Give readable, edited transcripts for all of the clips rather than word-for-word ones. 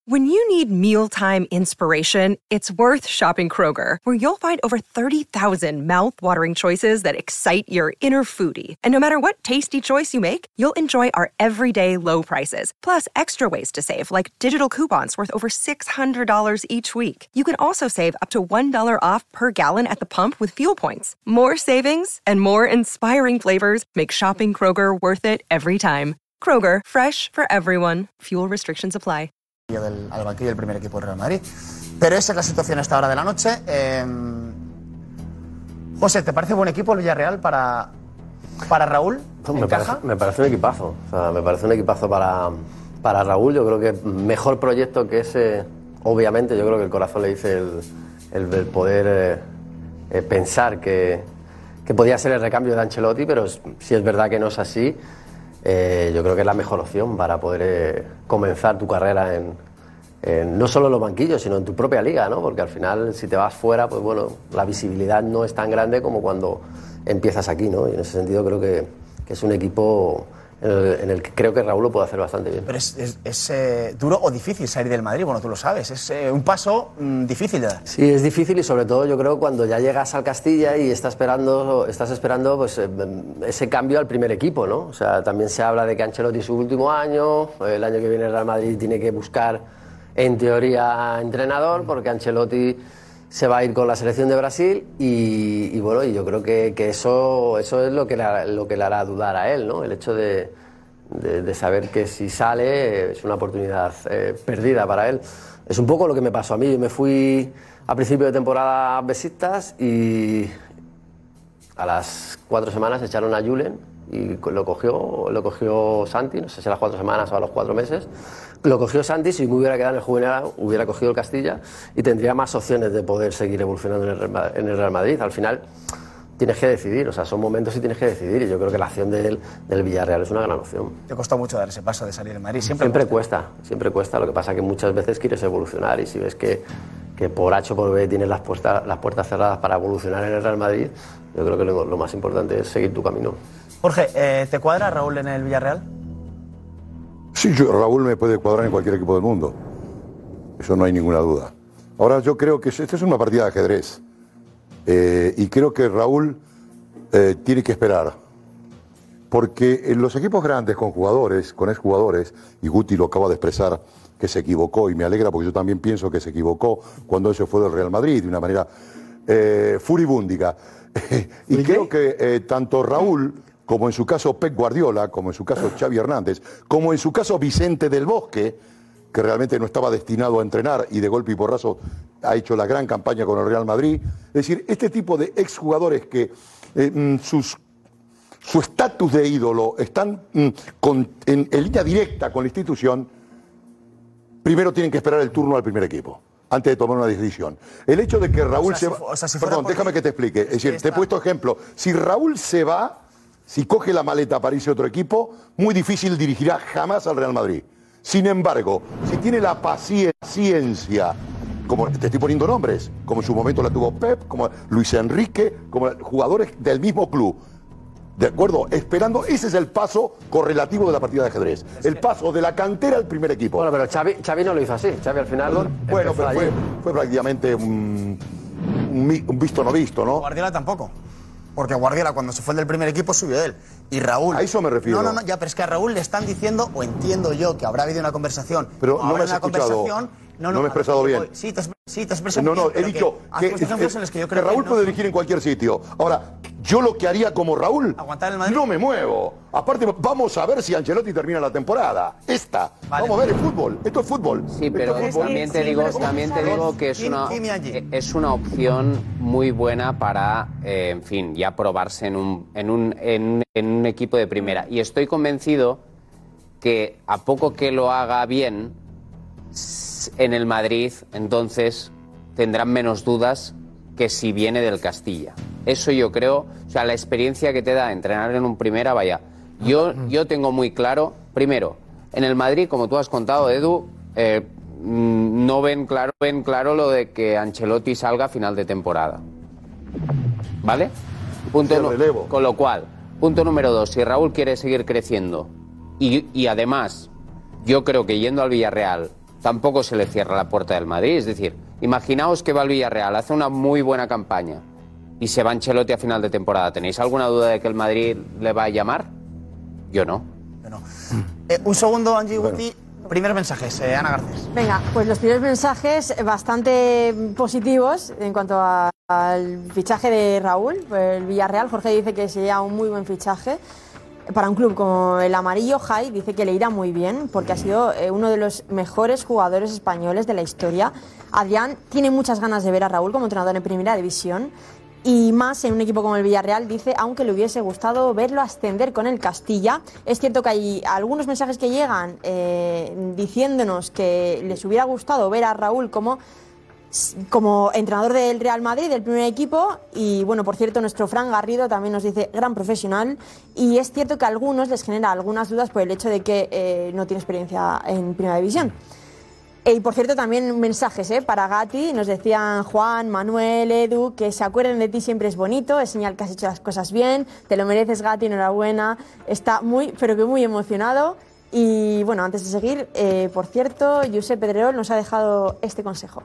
When you need mealtime inspiration, it's worth shopping Kroger, where you'll find over 30,000 mouth-watering choices that excite your inner foodie. And no matter what tasty choice you make, you'll enjoy our everyday low prices, plus extra ways to save, like digital coupons worth over $600 each week. You can also save up to $1 off per gallon at the pump with fuel points. More savings and more inspiring flavors make shopping Kroger worth it every time. Kroger, fresh for everyone. Fuel restrictions apply. Al banquillo del primer equipo del Real Madrid. Pero esa es la situación a esta hora de la noche. José, ¿te parece buen equipo el Villarreal para Raúl? Me parece un equipazo. O sea, me parece un equipazo para Raúl. Yo creo que mejor proyecto que ese, obviamente, yo creo que el corazón le dice el poder pensar que podía ser el recambio de Ancelotti, pero si es verdad que no es así. Yo creo que es la mejor opción para poder comenzar tu carrera en no solo en los banquillos, sino en tu propia liga, ¿no? Porque al final, si te vas fuera, pues bueno, la visibilidad no es tan grande como cuando empiezas aquí, ¿no? Y en ese sentido creo que es un equipo en el que creo que Raúl lo puede hacer bastante bien. Pero es duro o difícil salir del Madrid, bueno, tú lo sabes, es un paso difícil de dar. Sí, es difícil y sobre todo yo creo cuando ya llegas al Castilla y estás esperando pues, ese cambio al primer equipo, ¿no? O sea, también se habla de que Ancelotti es su último año, el año que viene el Real Madrid tiene que buscar, en teoría, entrenador, porque Ancelotti se va a ir con la selección de Brasil y bueno, y yo creo que eso es lo que le hará dudar a él, ¿no? El hecho de saber que si sale es una oportunidad perdida para él. Es un poco lo que me pasó a mí. Yo me fui a principio de temporada a Besiktas y a las 4 semanas echaron a Julen y lo cogió Santi, no sé si a las 4 semanas o a los 4 meses. Lo cogió Santi, si me hubiera quedado en el juvenil hubiera cogido el Castilla y tendría más opciones de poder seguir evolucionando en el Real Madrid. Al final tienes que decidir, o sea, son momentos y tienes que decidir y yo creo que la acción del Villarreal es una gran opción. ¿Te costó mucho dar ese paso de salir del Madrid? Siempre cuesta, lo que pasa es que muchas veces quieres evolucionar y si ves que por H o por B tienes las puertas cerradas para evolucionar en el Real Madrid, yo creo que lo más importante es seguir tu camino. Jorge, ¿te cuadra Raúl en el Villarreal? Sí, Raúl me puede cuadrar en cualquier equipo del mundo. Eso no hay ninguna duda. Ahora yo creo que esta es una partida de ajedrez. Y creo que Raúl tiene que esperar. Porque en los equipos grandes con exjugadores, y Guti lo acaba de expresar que se equivocó, y me alegra porque yo también pienso que se equivocó cuando él se fue del Real Madrid de una manera furibúndica. Y creo que tanto Raúl, como en su caso Pep Guardiola, como en su caso Xavi Hernández, como en su caso Vicente del Bosque, que realmente no estaba destinado a entrenar y de golpe y porrazo ha hecho la gran campaña con el Real Madrid. Es decir, este tipo de exjugadores que su estatus de ídolo están en línea directa con la institución, primero tienen que esperar el turno al primer equipo antes de tomar una decisión. El hecho de que Raúl Perdón, déjame que te explique. Es decir, te he puesto ejemplo. Si Raúl se va, si coge la maleta para irse a otro equipo, muy difícil dirigirá jamás al Real Madrid. Sin embargo, si tiene la paciencia, como te estoy poniendo nombres, como en su momento la tuvo Pep, como Luis Enrique, como jugadores del mismo club, ¿de acuerdo? Esperando, ese es el paso correlativo de la partida de ajedrez. El paso de la cantera al primer equipo. Bueno, pero Xavi no lo hizo así. Xavi al final... Bueno, pero fue prácticamente un visto no visto, ¿no? Guardiola tampoco. Porque Guardiola cuando se fue del primer equipo subió él. Y Raúl... A eso me refiero. No, ya, pero es que a Raúl le están diciendo, o entiendo yo, que habrá habido una conversación... Pero no me has escuchado. No me he expresado bien. Sí, te has expresado bien. No, he dicho que Raúl puede dirigir en cualquier sitio. Ahora, yo lo que haría como Raúl, ¿aguantar el Madrid? No me muevo. Aparte, vamos a ver si Ancelotti termina la temporada. Vamos a ver el fútbol. Esto es fútbol. Sí, pero también te digo que es una opción muy buena para, en fin, ya probarse en un equipo de primera. Y estoy convencido que a poco que lo haga bien en el Madrid, entonces tendrán menos dudas que si viene del Castilla. Eso yo creo, o sea, la experiencia que te da entrenar en un primera, vaya. Yo tengo muy claro, primero, en el Madrid, como tú has contado, Edu, no ven claro lo de que Ancelotti salga a final de temporada. ¿Vale? Con lo cual, punto número 2, si Raúl quiere seguir creciendo y además, yo creo que yendo al Villarreal tampoco se le cierra la puerta del Madrid. Es decir, imaginaos que va al Villarreal, hace una muy buena campaña y se va Ancelotti a final de temporada. ¿Tenéis alguna duda de que el Madrid le va a llamar? Yo no. Un segundo, Angie Guti. Primeros mensajes, Ana Garcés. Venga, pues los primeros mensajes bastante positivos en cuanto al fichaje de Raúl. Pues el Villarreal, Jorge dice que sería un muy buen fichaje para un club como el amarillo. Jai dice que le irá muy bien porque ha sido uno de los mejores jugadores españoles de la historia. Adrián tiene muchas ganas de ver a Raúl como entrenador en Primera División. Y más en un equipo como el Villarreal, dice, aunque le hubiese gustado verlo ascender con el Castilla. Es cierto que hay algunos mensajes que llegan diciéndonos que les hubiera gustado ver a Raúl como entrenador del Real Madrid, del primer equipo. Y bueno, por cierto, nuestro Fran Garrido también nos dice gran profesional. Y es cierto que a algunos les genera algunas dudas por el hecho de que no tiene experiencia en Primera División. Y por cierto, también mensajes para Gatti. Nos decían Juan, Manuel, Edu, que se acuerden de ti siempre es bonito, es señal que has hecho las cosas bien, te lo mereces, Gatti, enhorabuena. Está muy, pero que muy emocionado. Y bueno, antes de seguir, por cierto, Josep Pedrerol nos ha dejado este consejo.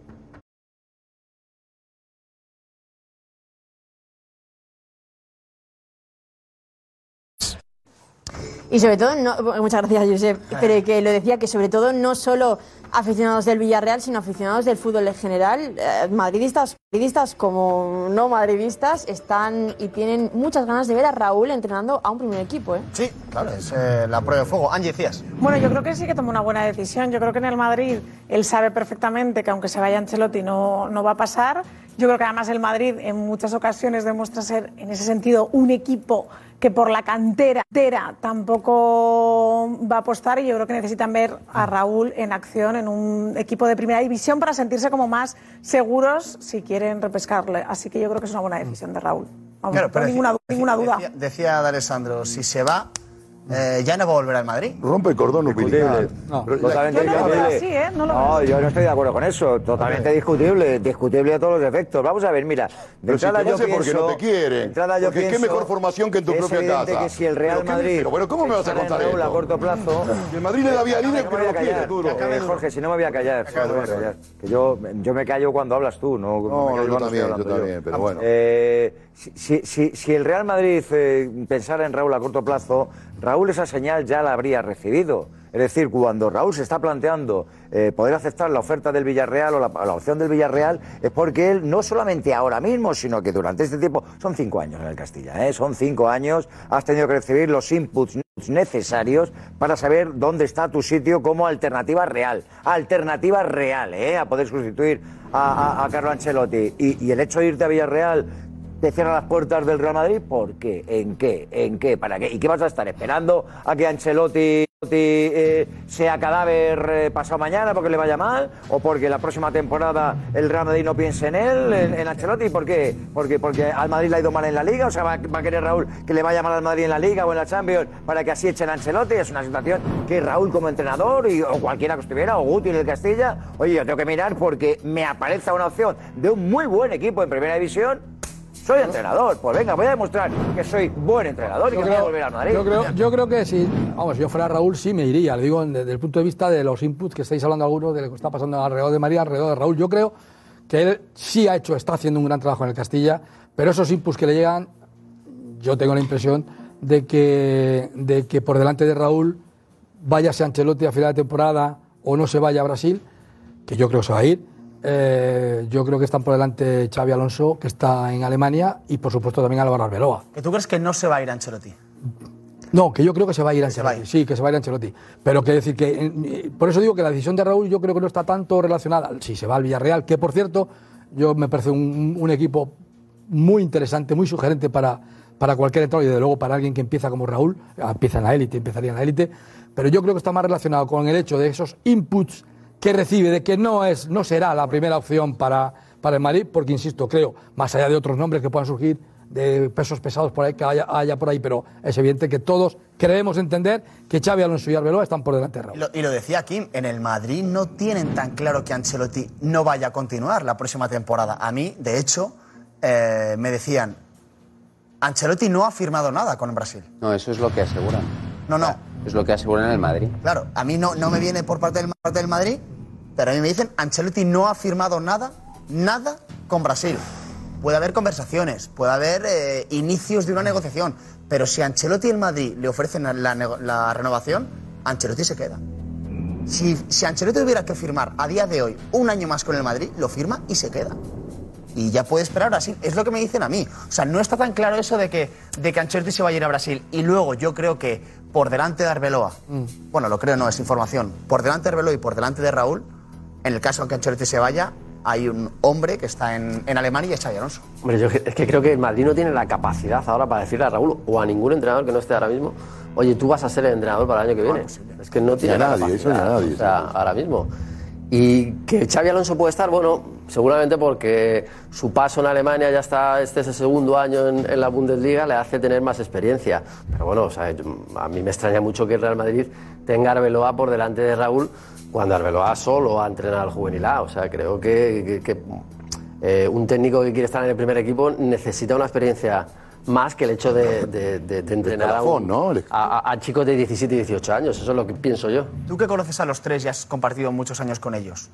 Y sobre todo, muchas gracias, Josep, pero que lo decía, que sobre todo no solo aficionados del Villarreal, sino aficionados del fútbol en general, madridistas como no madridistas, están y tienen muchas ganas de ver a Raúl entrenando a un primer equipo. Sí, claro, es la prueba de fuego. Angie, decías. Bueno, yo creo que sí que tomó una buena decisión. Yo creo que en el Madrid él sabe perfectamente que aunque se vaya Ancelotti no va a pasar. Yo creo que además el Madrid en muchas ocasiones demuestra ser en ese sentido un equipo que por la cantera tampoco va a apostar, y yo creo que necesitan ver a Raúl en acción en un equipo de Primera División para sentirse como más seguros si quieren repescarle. Así que yo creo que es una buena decisión de Raúl. Vamos, Claro, pero ninguna duda. Decía D'Alessandro, si se va, ya no va a volver al Madrid. Rompe el cordón umbilical. No, Yo totalmente no lo veo discutible. así, ¿eh? No, yo no estoy de acuerdo con eso. Totalmente discutible a todos los efectos. Vamos a ver, mira. Pero si te vas es porque no te quieren. Porque qué mejor formación que en tu es propia evidente casa. Que si el Real Madrid. Pero bueno, ¿cómo me vas a contar esto? A corto plazo. El Madrid le da vía libre, pero no quiere, duro. Jorge, si no me voy a callar. Que yo me callo cuando hablas tú. No, yo también, pero bueno. Si el Real Madrid pensara en Raúl a corto plazo, Raúl esa señal ya la habría recibido. Es decir, cuando Raúl se está planteando poder aceptar la oferta del Villarreal o la opción del Villarreal, es porque él no solamente ahora mismo, sino que durante este tiempo, son 5 años en el Castilla, son 5 años, has tenido que recibir los inputs necesarios para saber dónde está tu sitio como alternativa real, a poder sustituir a Carlo Ancelotti. Y el hecho de irte a Villarreal te cierra las puertas del Real Madrid. ¿Por qué? ¿En qué? ¿Para qué? ¿Y qué vas a estar esperando a que Ancelotti sea cadáver pasado mañana porque le vaya mal? ¿O porque la próxima temporada el Real Madrid no piense en él, en Ancelotti? ¿Por qué? Porque al Madrid le ha ido mal en la Liga. O sea, va a querer Raúl que le vaya mal al Madrid en la Liga o en la Champions para que así echen a Ancelotti. Es una situación que Raúl como entrenador o cualquiera que estuviera, o Guti en el Castilla, oye, yo tengo que mirar porque me aparece una opción de un muy buen equipo en Primera División. Soy entrenador, pues venga, voy a demostrar que soy buen entrenador y que voy a volver al Madrid. Yo creo que si yo fuera Raúl sí me iría, le digo desde el punto de vista de los inputs que estáis hablando algunos de lo que está pasando alrededor de María, alrededor de Raúl. Yo creo que él sí está haciendo un gran trabajo en el Castilla, pero esos inputs que le llegan, yo tengo la impresión de que por delante de Raúl váyase Ancelotti a final de temporada o no se vaya a Brasil, que yo creo que se va a ir. Yo creo que están por delante Xabi Alonso, que está en Alemania, y por supuesto también Álvaro Arbeloa. ¿Que tú crees que no se va a ir Ancelotti? No, que yo creo que se va a ir Ancelotti. Sí, que se va a ir Ancelotti. Pero que decir que, por eso digo que la decisión de Raúl yo creo que no está tanto relacionada. Si se va al Villarreal, que por cierto, me parece un equipo muy interesante, muy sugerente para cualquier entrenador y desde luego para alguien que empieza como Raúl, empezaría en la élite, pero yo creo que está más relacionado con el hecho de esos inputs que recibe, de que no será la primera opción para el Madrid, porque insisto, creo, más allá de otros nombres que puedan surgir, de pesos pesados por ahí, que haya por ahí, pero es evidente que todos creemos entender que Xabi Alonso y Arbeloa están por delante de Raúl. Y lo decía Kim, en el Madrid no tienen tan claro que Ancelotti no vaya a continuar la próxima temporada. A mí, de hecho, me decían, Ancelotti no ha firmado nada con el Brasil. No, eso es lo que aseguran. No. Es lo que aseguran en el Madrid. Claro, a mí no me viene por parte del Madrid Pero a mí me dicen, Ancelotti no ha firmado nada con Brasil. Puede haber conversaciones, puede haber inicios de una negociación, pero si Ancelotti y el Madrid le ofrecen la renovación, Ancelotti se queda. Si Ancelotti tuviera que firmar a día de hoy un año más con el Madrid, lo firma y se queda. Y ya puede esperar a Brasil. Es lo que me dicen a mí. O sea, no está tan claro eso de que Ancelotti se va a ir a Brasil. Y luego yo creo que por delante de Arbeloa, bueno, lo creo no, es información, por delante de Arbeloa y por delante de Raúl, en el caso de que Ancelotti se vaya, hay un hombre que está en Alemania y es Xabi Alonso. Hombre, yo es que creo que el Madrid no tiene la capacidad ahora para decirle a Raúl o a ningún entrenador que no esté ahora mismo, oye, tú vas a ser el entrenador para el año que viene. Es que no tiene la capacidad, o sea, ahora mismo. Y que Xabi Alonso puede estar, bueno, seguramente porque su paso en Alemania ya está, este es el segundo año en la Bundesliga, le hace tener más experiencia. Pero bueno, o sea, a mí me extraña mucho que el Real Madrid tenga a Arbeloa por delante de Raúl, cuando Arbeloa solo ha entrenado al juvenil A. O sea, creo que un técnico que quiere estar en el primer equipo necesita una experiencia más que el hecho de entrenar a chicos de 17 y 18 años. Eso es lo que pienso yo. Tú que conoces a los tres y has compartido muchos años con ellos,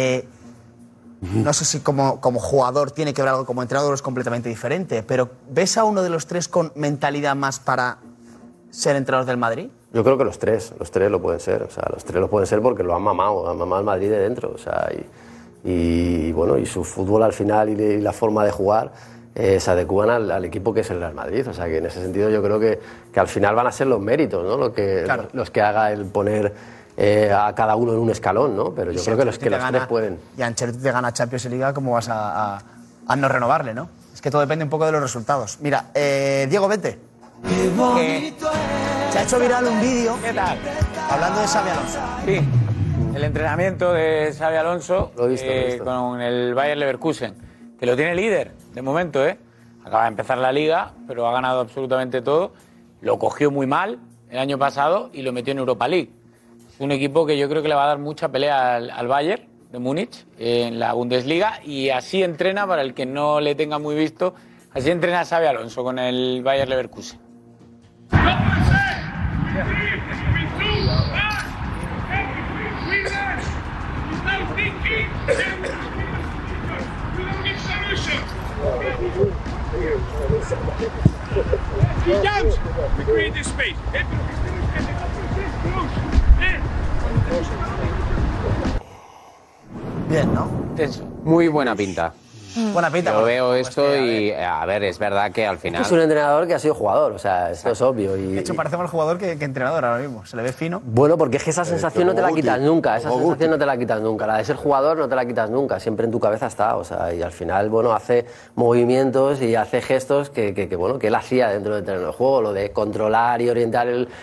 no sé si como jugador tiene que ver algo, como entrenador es completamente diferente, pero ¿ves a uno de los tres con mentalidad más para ser entrenador del Madrid? Yo creo que los tres lo pueden ser. O sea, los tres lo pueden ser porque lo han mamado el Madrid de dentro. O sea, y bueno, y su fútbol al final y la forma de jugar se adecúan al equipo que es el Real Madrid. O sea, que en ese sentido yo creo que al final van a ser los méritos, ¿no? Los que haga el poner a cada uno en un escalón, ¿no? Pero yo creo que los tres pueden. Y Ancelotti te gana Champions y Liga, ¿cómo vas a no renovarle, no? Es que todo depende un poco de los resultados. Mira, Diego, vete. Se ha hecho viral un vídeo hablando de Xabi Alonso. Sí, el entrenamiento de Xabi Alonso lo he visto. Con el Bayer Leverkusen, que lo tiene líder de momento, acaba de empezar la liga, pero ha ganado absolutamente todo. Lo cogió muy mal el año pasado y lo metió en Europa League. Es un equipo que yo creo que le va a dar mucha pelea al Bayern de Múnich en la Bundesliga, y así entrena, para el que no le tenga muy visto, así entrena Xabi Alonso con el Bayer Leverkusen. Bien, ¿no? Tenso. Muy buena pinta. Buena pinta. Yo veo esto y, a ver, es verdad que al final... Es un entrenador que ha sido jugador, o sea, esto es obvio. De hecho, parece más jugador que entrenador ahora mismo. Se le ve fino. Bueno, porque es que esa sensación no te la quitas nunca. Esa sensación no te la quitas nunca. La de ser jugador no te la quitas nunca. Siempre en tu cabeza está. O sea, y al final, bueno, hace movimientos y hace gestos que él hacía dentro del terreno de juego. Lo de controlar y orientar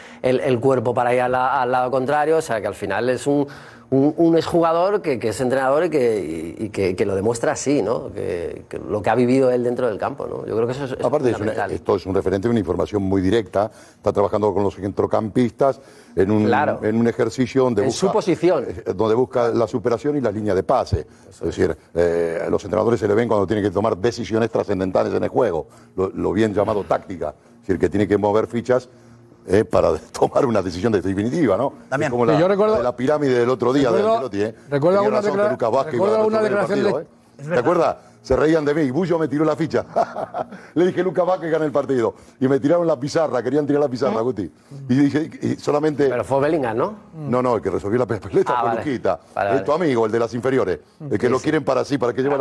el cuerpo para ir al lado contrario. O sea, que al final es un exjugador que es entrenador y que lo demuestra así, ¿no? Que lo que ha vivido él dentro del campo, ¿no? Yo creo que eso es aparte fundamental. esto es un referente, una información muy directa. Está trabajando con los centrocampistas en un ejercicio donde en su posición, donde busca la superación y la línea de pase. Es decir, los entrenadores se le ven cuando tienen que tomar decisiones trascendentales en el juego, lo bien llamado táctica. Es decir, que tiene que mover fichas para tomar una decisión definitiva, ¿no? También. Es como la pirámide del otro día de Ancelotti, Recuerdo una declaración. ¿Te acuerdas? Se reían de mí y Bullo me tiró la ficha. Le dije, Lucas Vázquez gana el partido. Y me tiraron la pizarra, querían tirar la pizarra, Guti. Y dije, y solamente... Pero fue Bellingham, ¿no? No, el que resolvió la peleta fue Luquita. Vale. Tu amigo, el de las inferiores. El que lo quieren para sí, para que lleve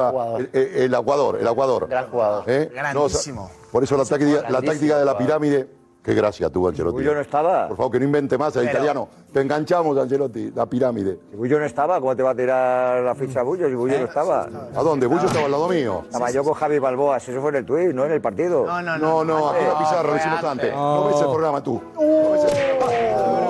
el aguador. Gran jugador. Grandísimo. Por eso la táctica de la pirámide... Qué gracia tuvo Ancelotti. Bullo no estaba. Por favor, que no invente más el italiano. Te enganchamos, Ancelotti, la pirámide. Si Bullo no estaba, ¿cómo te va a tirar la ficha Bullo si Bullo no estaba? ¿A dónde? Bullo estaba al lado mío. Estaba yo con Javi Balboa, eso fue en el tuit, no en el partido. No, aquí en la pizarra lo hicimos antes. No ves el programa tú. No ves el programa.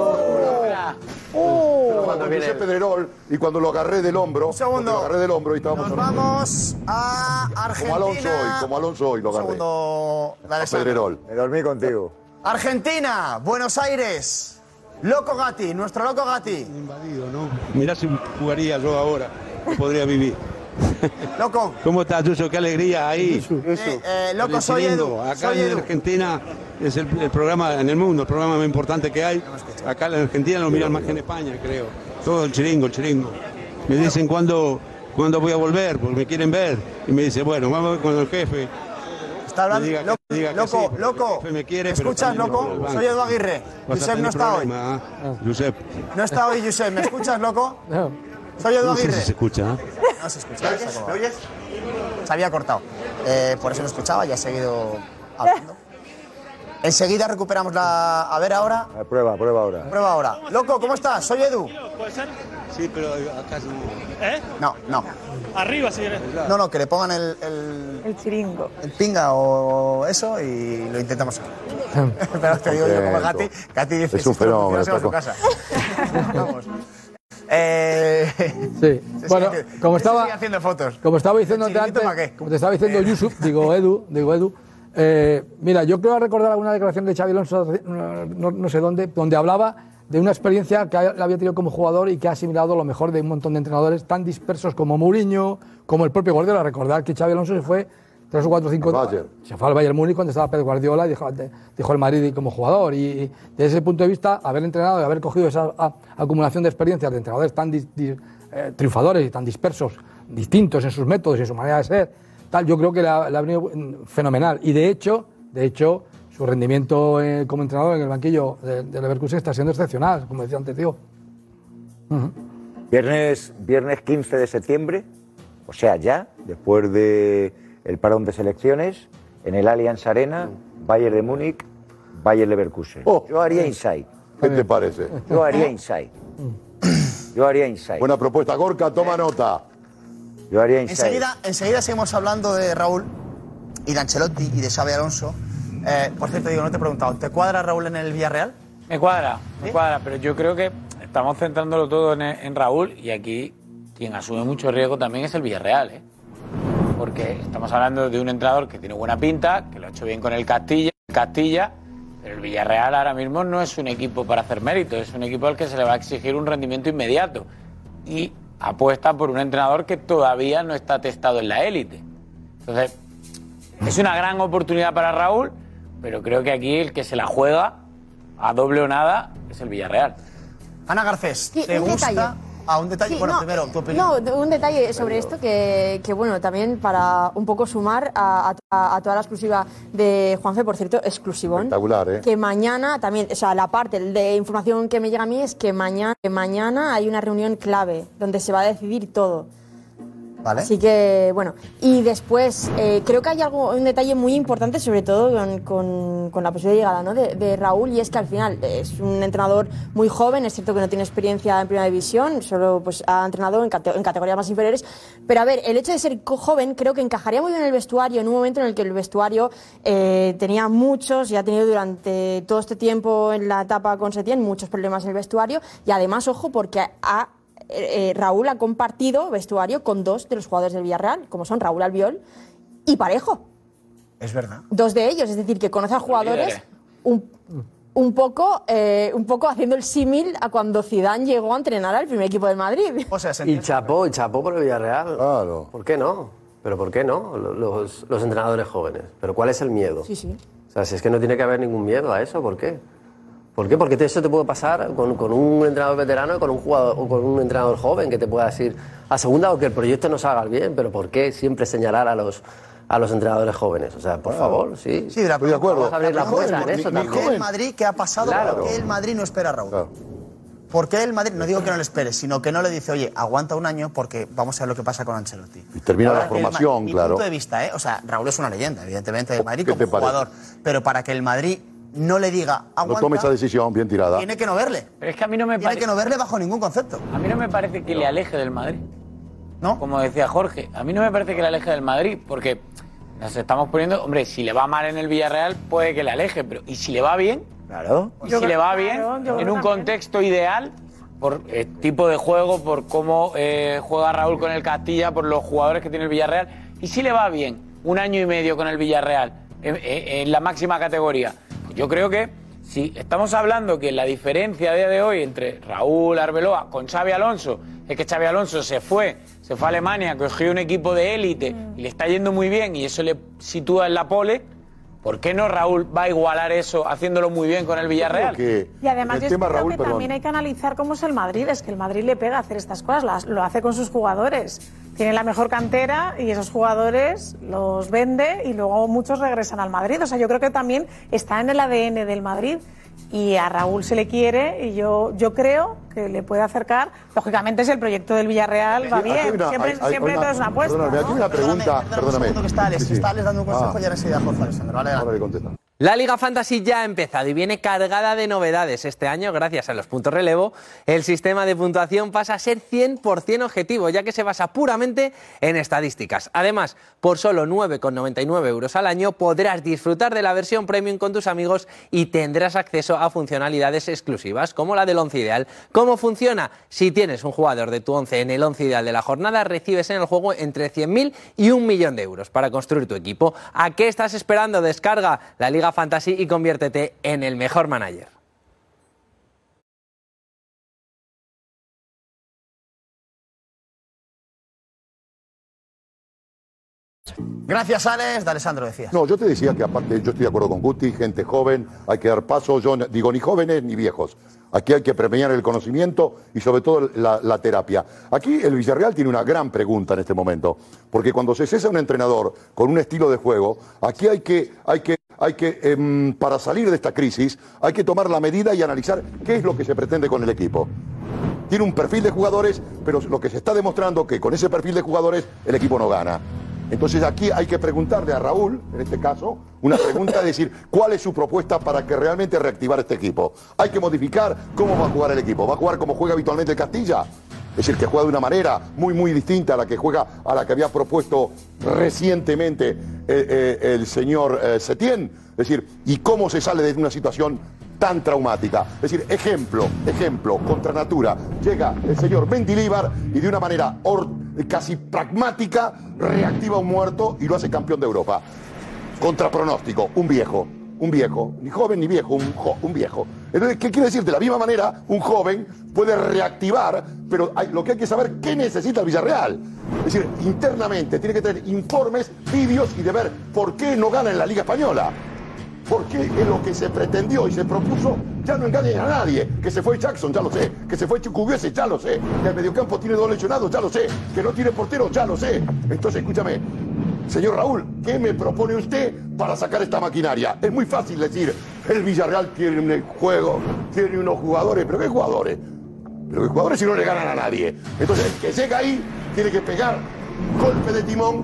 Cuando ese Pedrerol y cuando lo agarré del hombro. Un segundo. Y estábamos. Nos vamos a Argentina. Como Alonso hoy lo agarré. Un segundo. A Pedrerol. Me dormí contigo. Argentina, Buenos Aires. Loco Gatti, nuestro Loco Gatti. Invadido, ¿no? Mirá si jugaría yo ahora, no podría vivir. Loco. ¿Cómo estás, Yuso? Qué alegría ahí. Loco, soy Edu. Acá en Argentina es el programa en el mundo, el programa más importante que hay. Acá en Argentina lo miran más que en España, creo. Todo el chiringo. Me dicen cuándo voy a volver, porque me quieren ver. Y me dice, bueno, vamos a ver con el jefe. Está hablando, loco, me quiere, ¿escuchas, loco? Soy Edu Aguirre. Josep no está hoy. Josep. No está hoy, Josep. ¿Me escuchas, loco? No. Soy Edu Aguirre. No sé si se escucha. No se escucha. ¿Me oyes? Se había cortado. Por eso no escuchaba y ha seguido hablando. Enseguida recuperamos la... A ver ahora. Prueba ahora. Prueba ahora. Loco, ¿cómo estás? Soy Edu. ¿Puede ser? Sí, pero acá no. No. Arriba, señores. No, que le pongan el chiringo. El pinga o eso y lo intentamos. Pero te digo yo como Gatti dice... Es un fenómeno. A su casa. Vamos. Sí. Bueno, como estaba haciendo fotos. Como estaba diciendo antes, como te estaba diciendo Edu, mira, yo creo recordar alguna declaración de Xabi Alonso, no sé dónde, donde hablaba de una experiencia que él había tenido como jugador y que ha asimilado lo mejor de un montón de entrenadores tan dispersos como Mourinho, como el propio Guardiola. Recordar que Xabi Alonso se fue 3 o 4 o 5 se fue al Bayern Múnich cuando estaba Pep Guardiola y dejó el Madrid como jugador, y desde ese punto de vista haber entrenado y haber cogido esa acumulación de experiencias de entrenadores tan triunfadores y tan dispersos, distintos en sus métodos y en su manera de ser, yo creo que le ha venido fenomenal, y de hecho su rendimiento como entrenador en el banquillo de Leverkusen está siendo excepcional, como decía antes, tío. Viernes 15 de septiembre, o sea ya, después de el parón de selecciones, en el Allianz Arena, Bayern de Múnich, Bayern Leverkusen. Yo haría inside. ¿Qué te parece? Yo haría inside. Buena propuesta, Gorka, toma nota. Yo haría inside. Enseguida seguimos hablando de Raúl y de Ancelotti y de Xabi Alonso. Por cierto, no te he preguntado, ¿te cuadra Raúl en el Villarreal? Me cuadra, pero yo creo que estamos centrándolo todo en Raúl, y aquí quien asume mucho riesgo también es el Villarreal, porque estamos hablando de un entrenador que tiene buena pinta, que lo ha hecho bien con el Castilla, pero el Villarreal ahora mismo no es un equipo para hacer méritos, es un equipo al que se le va a exigir un rendimiento inmediato, y apuesta por un entrenador que todavía no está testado en la élite. Entonces, es una gran oportunidad para Raúl, pero creo que aquí el que se la juega a doble o nada es el Villarreal. Ana Garcés, ¿te gusta? Un detalle, Sí, bueno, primero, tu opinión. No, un detalle sobre esto que bueno, también para un poco sumar a toda la exclusiva de Juanfe, por cierto, exclusivón. Espectacular, Que mañana también, o sea, la parte de información que me llega a mí es que mañana hay una reunión clave donde se va a decidir todo. Vale. Así que, bueno, y después creo que hay un detalle muy importante, sobre todo con la posible llegada, ¿no?, de Raúl, y es que al final es un entrenador muy joven, es cierto que no tiene experiencia en primera división, solo pues ha entrenado en categorías más inferiores, pero a ver, el hecho de ser joven creo que encajaría muy bien en el vestuario, en un momento en el que el vestuario tenía muchos, y ha tenido durante todo este tiempo en la etapa con Setién muchos problemas en el vestuario, y además, ojo, porque Raúl ha compartido vestuario con 2 de los jugadores del Villarreal, como son Raúl Albiol y Parejo. Es verdad. 2 de ellos, es decir, que conoce a jugadores un poco haciendo el símil a cuando Zidane llegó a entrenar al primer equipo del Madrid. O sea, y chapó por el Villarreal. Claro. ¿Por qué no? ¿Pero por qué no? Los entrenadores jóvenes. ¿Pero cuál es el miedo? Sí. O sea, si es que no tiene que haber ningún miedo a eso, ¿por qué? ¿Por qué? Porque eso te puede pasar con un entrenador veterano y con un jugador o con un entrenador joven que te pueda decir a segunda o que el proyecto no salga bien, pero ¿por qué siempre señalar a los entrenadores jóvenes? O sea, por favor, sí. Sí, estoy de acuerdo. Vamos a abrir la puerta en eso también. ¿Por qué el Madrid, qué ha pasado? Claro. ¿Por qué el Madrid no espera a Raúl? Claro. ¿Por qué el Madrid, no digo que no le espere, sino que no le dice, oye, aguanta un año porque vamos a ver lo que pasa con Ancelotti? Y termina la formación, mi claro. punto de vista, o sea, Raúl es una leyenda, evidentemente, del Madrid como jugador, pero para que el Madrid no le diga aguanta, no tome esa decisión bien tirada. Tiene que no verle. Pero es que a mí no me parece. Tiene que no verle bajo ningún concepto. A mí no me parece que le aleje del Madrid. ¿No? Como decía Jorge, a mí no me parece que le aleje del Madrid, porque nos estamos poniendo, hombre, si le va mal en el Villarreal puede que le aleje, pero ¿y si le va bien? Claro. ¿Y si le va bien en un contexto ideal? Por tipo de juego, por cómo juega Raúl con el Castilla, por los jugadores que tiene el Villarreal. ¿Y si le va bien 1 año y medio con el Villarreal en la máxima categoría? Pues yo creo que si estamos hablando que la diferencia a día de hoy entre Raúl Arbeloa con Xabi Alonso es que Xabi Alonso se fue a Alemania, cogió un equipo de élite y le está yendo muy bien y eso le sitúa en la pole, ¿Por qué no Raúl va a igualar eso haciéndolo muy bien con el Villarreal? Y además yo creo que también hay que analizar cómo es el Madrid. Es que el Madrid le pega a hacer estas cosas, lo hace con sus jugadores. Tiene la mejor cantera y esos jugadores los vende y luego muchos regresan al Madrid. O sea, yo creo que también está en el ADN del Madrid. Y a Raúl se le quiere y yo creo que le puede acercar. Lógicamente, si el proyecto del Villarreal va bien, siempre todo es una apuesta. Perdóname, aquí una pregunta, perdóname. Que está Alex, está Alex dando un consejo y ahora enseguida Jorge Alessandro. Vale, ahora le contesta. La Liga Fantasy ya ha empezado y viene cargada de novedades. Este año, gracias a los puntos relevo, el sistema de puntuación pasa a ser 100% objetivo, ya que se basa puramente en estadísticas. Además, por solo 9,99 euros al año podrás disfrutar de la versión premium con tus amigos y tendrás acceso a funcionalidades exclusivas, como la del once ideal. ¿Cómo funciona? Si tienes un jugador de tu once en el once ideal de la jornada, recibes en el juego entre 100.000 y 1 millón de euros para construir tu equipo. ¿A qué estás esperando? Descarga la Liga Fantasy y conviértete en el mejor manager. Gracias, Alex. De Alessandro decías. No, yo te decía que aparte yo estoy de acuerdo con Guti, gente joven, hay que dar paso, yo digo ni jóvenes ni viejos. Aquí hay que premiar el conocimiento y sobre todo la terapia. Aquí el Villarreal tiene una gran pregunta en este momento, porque cuando se cesa un entrenador con un estilo de juego, aquí hay que para salir de esta crisis, hay que tomar la medida y analizar qué es lo que se pretende con el equipo. Tiene un perfil de jugadores, pero lo que se está demostrando es que con ese perfil de jugadores el equipo no gana. Entonces aquí hay que preguntarle a Raúl, en este caso, una pregunta de decir cuál es su propuesta para que realmente reactivar este equipo. Hay que modificar cómo va a jugar el equipo. ¿Va a jugar como juega habitualmente el Castilla? Es decir, que juega de una manera muy distinta a la que había propuesto recientemente el señor Setién. Es decir, ¿y cómo se sale de una situación tan traumática? Es decir, ejemplo, contra natura. Llega el señor Mendilibar y de una manera casi pragmática reactiva a un muerto y lo hace campeón de Europa. Contra pronóstico, un viejo, ni joven ni viejo, un viejo. Entonces, ¿qué quiere decir? De la misma manera, un joven puede reactivar, pero lo que hay que saber qué necesita el Villarreal. Es decir, internamente tiene que tener informes, vídeos y de ver por qué no gana en la Liga Española. Porque en lo que se pretendió y se propuso ya no engañen a nadie. Que se fue Jackson, ya lo sé. Que se fue Chukwueze, ya lo sé. Que el mediocampo tiene 2 lesionados, ya lo sé. Que no tiene portero, ya lo sé. Entonces, escúchame, señor Raúl, ¿qué me propone usted para sacar esta maquinaria? Es muy fácil decir, el Villarreal tiene un juego, tiene unos jugadores. ¿Pero qué jugadores? Pero qué jugadores si no le ganan a nadie. Entonces, el que llega ahí tiene que pegar un golpe de timón,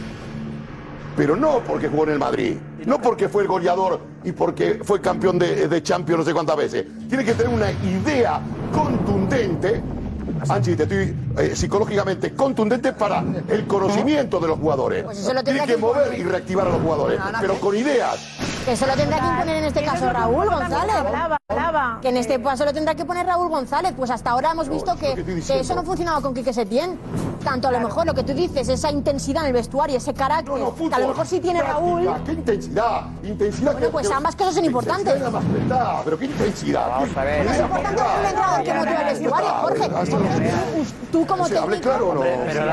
pero no porque jugó en el Madrid, no porque fue el goleador y porque fue campeón de Champions no sé cuántas veces. Tiene que tener una idea contundente, Anchi, te estoy psicológicamente contundente para el conocimiento de los jugadores. Pues eso lo tiene que mover y reactivar a los jugadores, pero con ideas. Que eso lo tendrá que imponer en este caso Raúl González. Que en este caso lo tendrá que poner Raúl González. Pues hasta ahora hemos visto que eso no funcionaba con Quique Setién. Tanto a lo mejor lo que tú dices, esa intensidad en el vestuario, ese carácter, que a lo mejor sí tiene Raúl. ¿Qué intensidad? Bueno, pues ambas cosas son importantes. Pero qué intensidad. Vamos a ver. Es importante tener un entrenador que motive el vestuario, Jorge. Tú como técnico. ¿Hable claro o no?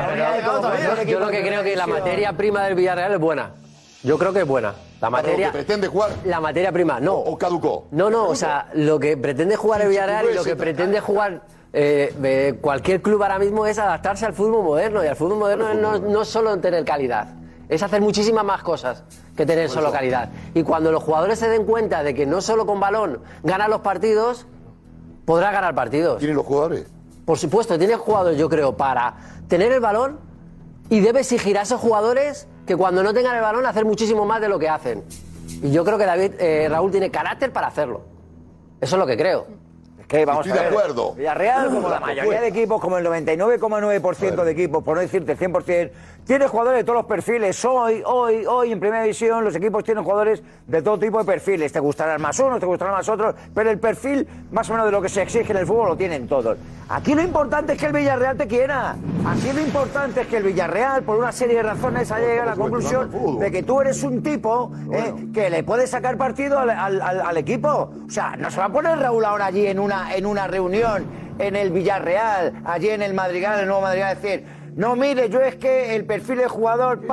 Yo lo que creo que la materia prima del Villarreal es buena. Yo creo que es buena. La materia. ¿Lo que pretende jugar? La materia prima, no. ¿O caducó? No, o sea, lo que pretende jugar el Villarreal y lo que pretende jugar cualquier club ahora mismo es adaptarse al fútbol moderno. Y al fútbol moderno no es solo tener calidad, es hacer muchísimas más cosas que tener solo calidad. Y cuando los jugadores se den cuenta de que no solo con balón ganan los partidos, podrá ganar partidos. ¿Tienen los jugadores? Por supuesto, tiene jugadores, yo creo, para tener el balón y debe exigir a esos jugadores que cuando no tengan el balón hacer muchísimo más de lo que hacen. Y yo creo que Raúl tiene carácter para hacerlo. Eso es lo que creo. Es que vamos Estoy a ver. de acuerdo. Villarreal, como la mayoría de equipos, como el 99,9% de equipos, por no decirte el 100%, tiene jugadores de todos los perfiles. Hoy en Primera División los equipos tienen jugadores de todo tipo de perfiles. Te gustarán más unos, te gustarán más otros, pero el perfil más o menos de lo que se exige en el fútbol lo tienen todos. Aquí lo importante es que el Villarreal te quiera. Aquí lo importante es que el Villarreal, por una serie de razones, ha llegado a la conclusión de que tú eres un tipo que le puede sacar partido al equipo. O sea, no se va a poner Raúl ahora allí en una reunión en el Villarreal, allí en el Madrigal, el nuevo Madrigal, es decir, No, mire, yo es que el perfil de jugador,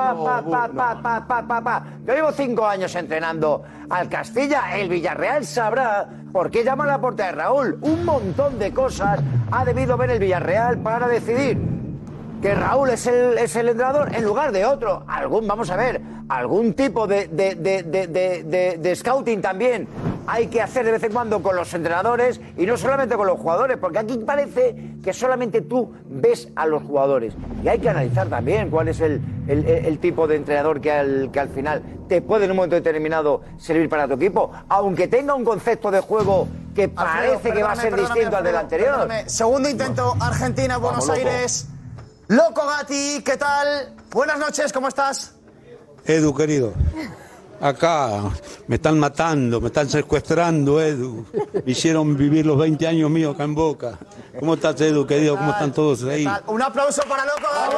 Yo llevo 5 años entrenando al Castilla. El Villarreal sabrá por qué llama a la puerta de Raúl. Un montón de cosas ha debido ver el Villarreal para decidir que Raúl es el entrenador en lugar de otro. Vamos a ver, algún tipo de scouting también hay que hacer de vez en cuando con los entrenadores y no solamente con los jugadores, porque aquí parece que solamente tú ves a los jugadores. Y hay que analizar también cuál es el tipo de entrenador que al final te puede en un momento determinado servir para tu equipo, aunque tenga un concepto de juego que parece que va a ser distinto al del anterior. Segundo intento, Argentina, Buenos Aires. Loco Gatti, ¿qué tal? Buenas noches, ¿cómo estás? Edu, querido, acá me están matando, me están secuestrando, Edu. Me hicieron vivir los 20 años míos acá en Boca. ¿Cómo estás, Edu, querido? ¿Cómo están todos ahí? Un aplauso para Loco Gatti.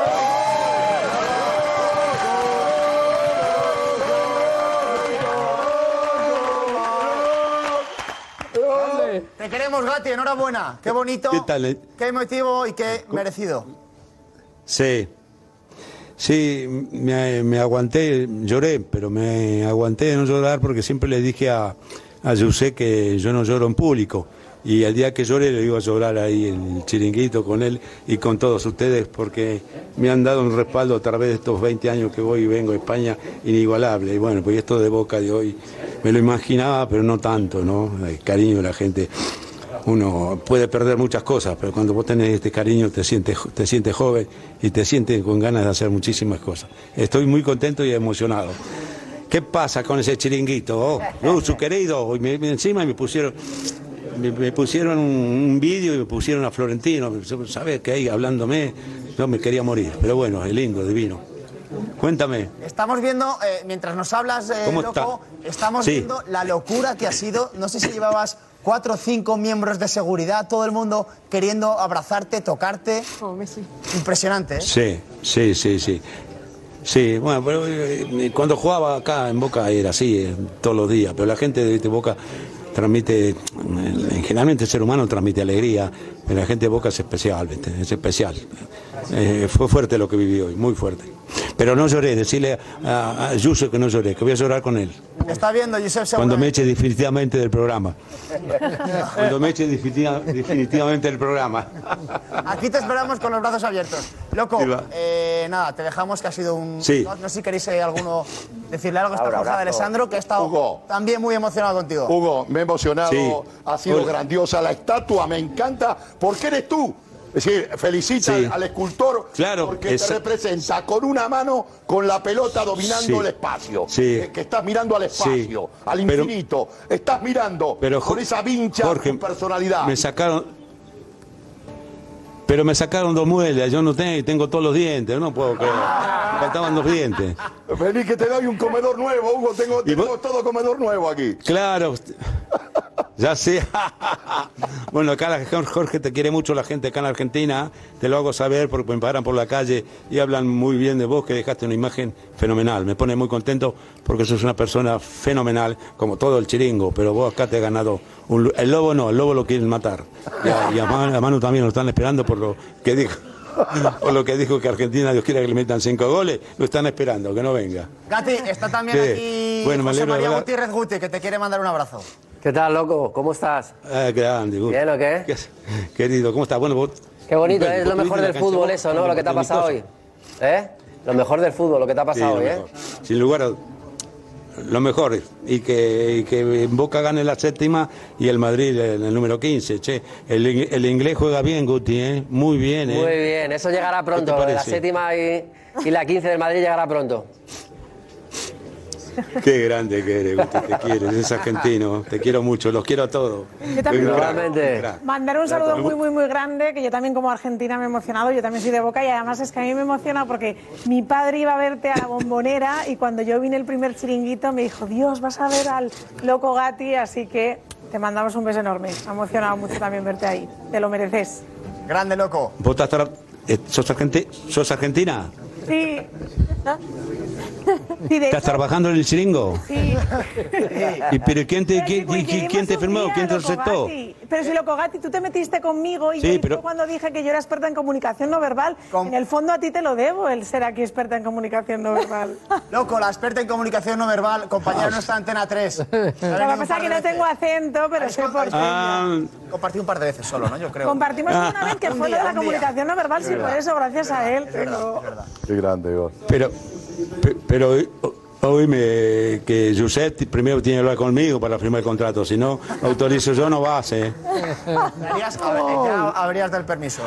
Te queremos, Gatti, enhorabuena. Qué bonito, ¿Qué tal? qué emotivo y qué merecido. Sí, me aguanté, lloré, pero me aguanté de no llorar porque siempre le dije a José que yo no lloro en público. Y el día que lloré le iba a llorar ahí en el chiringuito con él y con todos ustedes porque me han dado un respaldo a través de estos 20 años que voy y vengo a España inigualable. Y bueno, pues esto de Boca de hoy me lo imaginaba, pero no tanto, ¿no? El cariño de la gente. Uno puede perder muchas cosas, pero cuando vos tenés este cariño te sientes joven y te sientes con ganas de hacer muchísimas cosas. Estoy muy contento y emocionado. ¿Qué pasa con ese chiringuito? Su querido, encima me pusieron un vídeo y me pusieron a Florentino, ¿sabes qué hay? Hablándome, yo me quería morir, pero bueno, es lindo, divino. Cuéntame. Estamos viendo, mientras nos hablas, Loco, estamos viendo la locura que ha sido, no sé si llevabas 4 o 5 miembros de seguridad, todo el mundo queriendo abrazarte, tocarte. Impresionante, ¿eh? Sí, bueno, pero cuando jugaba acá en Boca era así, todos los días, pero la gente de Boca transmite, generalmente el ser humano transmite alegría, pero la gente de Boca es especial, ¿viste? Es especial. Fue fuerte lo que viví hoy, muy fuerte. Pero no lloré, decirle a Yusef que no lloré, que voy a llorar con él. Está viendo, Yusef, cuando me eche definitivamente del programa. Cuando me eche definitivamente del programa. Aquí te esperamos con los brazos abiertos. Loco, nada, te dejamos, que ha sido un... Sí. No sé si queréis alguno decirle algo a esta Jorge de Alessandro, que ha estado también muy emocionado contigo. Hugo, me he emocionado, ha sido grandiosa la estatua, me encanta, porque eres tú. Es decir, felicita al escultor porque te representa con una mano, con la pelota dominando el espacio. Que estás mirando al espacio, al infinito. Estás mirando con esa vincha, Jorge, tu personalidad. Pero me sacaron 2 muelas, yo no tengo todos los dientes, no puedo creer. Faltaban 2 dientes. Vení que te doy un comedor nuevo, Hugo, tengo todo comedor nuevo aquí. Claro, ya sé. Bueno, acá Jorge te quiere mucho la gente acá en Argentina, te lo hago saber porque me paran por la calle y hablan muy bien de vos, que dejaste una imagen fenomenal. Me pone muy contento porque sos una persona fenomenal, como todo el chiringo, pero vos acá te has ganado el lobo no, el lobo lo quieren matar. Y a Manu también lo están esperando por lo que dijo. Por lo que dijo que Argentina, Dios quiera que le metan 5 goles, lo están esperando, que no venga. Gatti, está también aquí José María Gutiérrez Guti, que te quiere mandar un abrazo. ¿Qué tal, Loco? ¿Cómo estás? Qué grande, Guti. ¿Bien o qué? Querido, ¿cómo estás? Bueno, vos... Qué bonito, es lo mejor del fútbol eso, ¿no? Lo que te ha pasado hoy. Lo mejor del fútbol, lo que te ha pasado hoy, Sin lugar a... Lo mejor, y que Boca gane la 7ª y el Madrid el número 15. Che, el inglés juega bien, Guti, muy bien. Muy bien, eso llegará pronto. La 7ª y la 15 del Madrid llegará pronto. Qué grande que eres, Guti, te quiero, eres argentino, te quiero mucho, los quiero a todos. Yo también mandar un saludo muy grande, que yo también como argentina me he emocionado, yo también soy de Boca y además es que a mí me emociona porque mi padre iba a verte a la Bombonera y cuando yo vine el primer chiringuito me dijo, Dios, vas a ver al Loco Gatti, así que te mandamos un beso enorme. Me ha emocionado mucho también verte ahí, te lo mereces. Grande, Loco. ¿Vos sos argentina? Sí. ¿Estás trabajando en el chiringo? Sí. ¿Pero quién te firmó? ¿Quién te aceptó? Pero si loco, Gatti, tú te metiste conmigo y yo cuando dije que yo era experta en comunicación no verbal, en el fondo a ti te lo debo el ser aquí experta en comunicación no verbal. Loco, la experta en comunicación no verbal, compañera nuestra Antena 3. Lo que pasa es que no tengo acento, pero soy porteña. Compartí un par de veces solo, ¿no? Yo creo. Compartimos una vez que fue lo de la comunicación no verbal, sí, por eso, gracias a él. Qué grande, Igor. Pero oíme, que Josep primero tiene que hablar conmigo para firmar el contrato, si no autorizo yo, no vas, ¿eh? Ya habrías dado el permiso.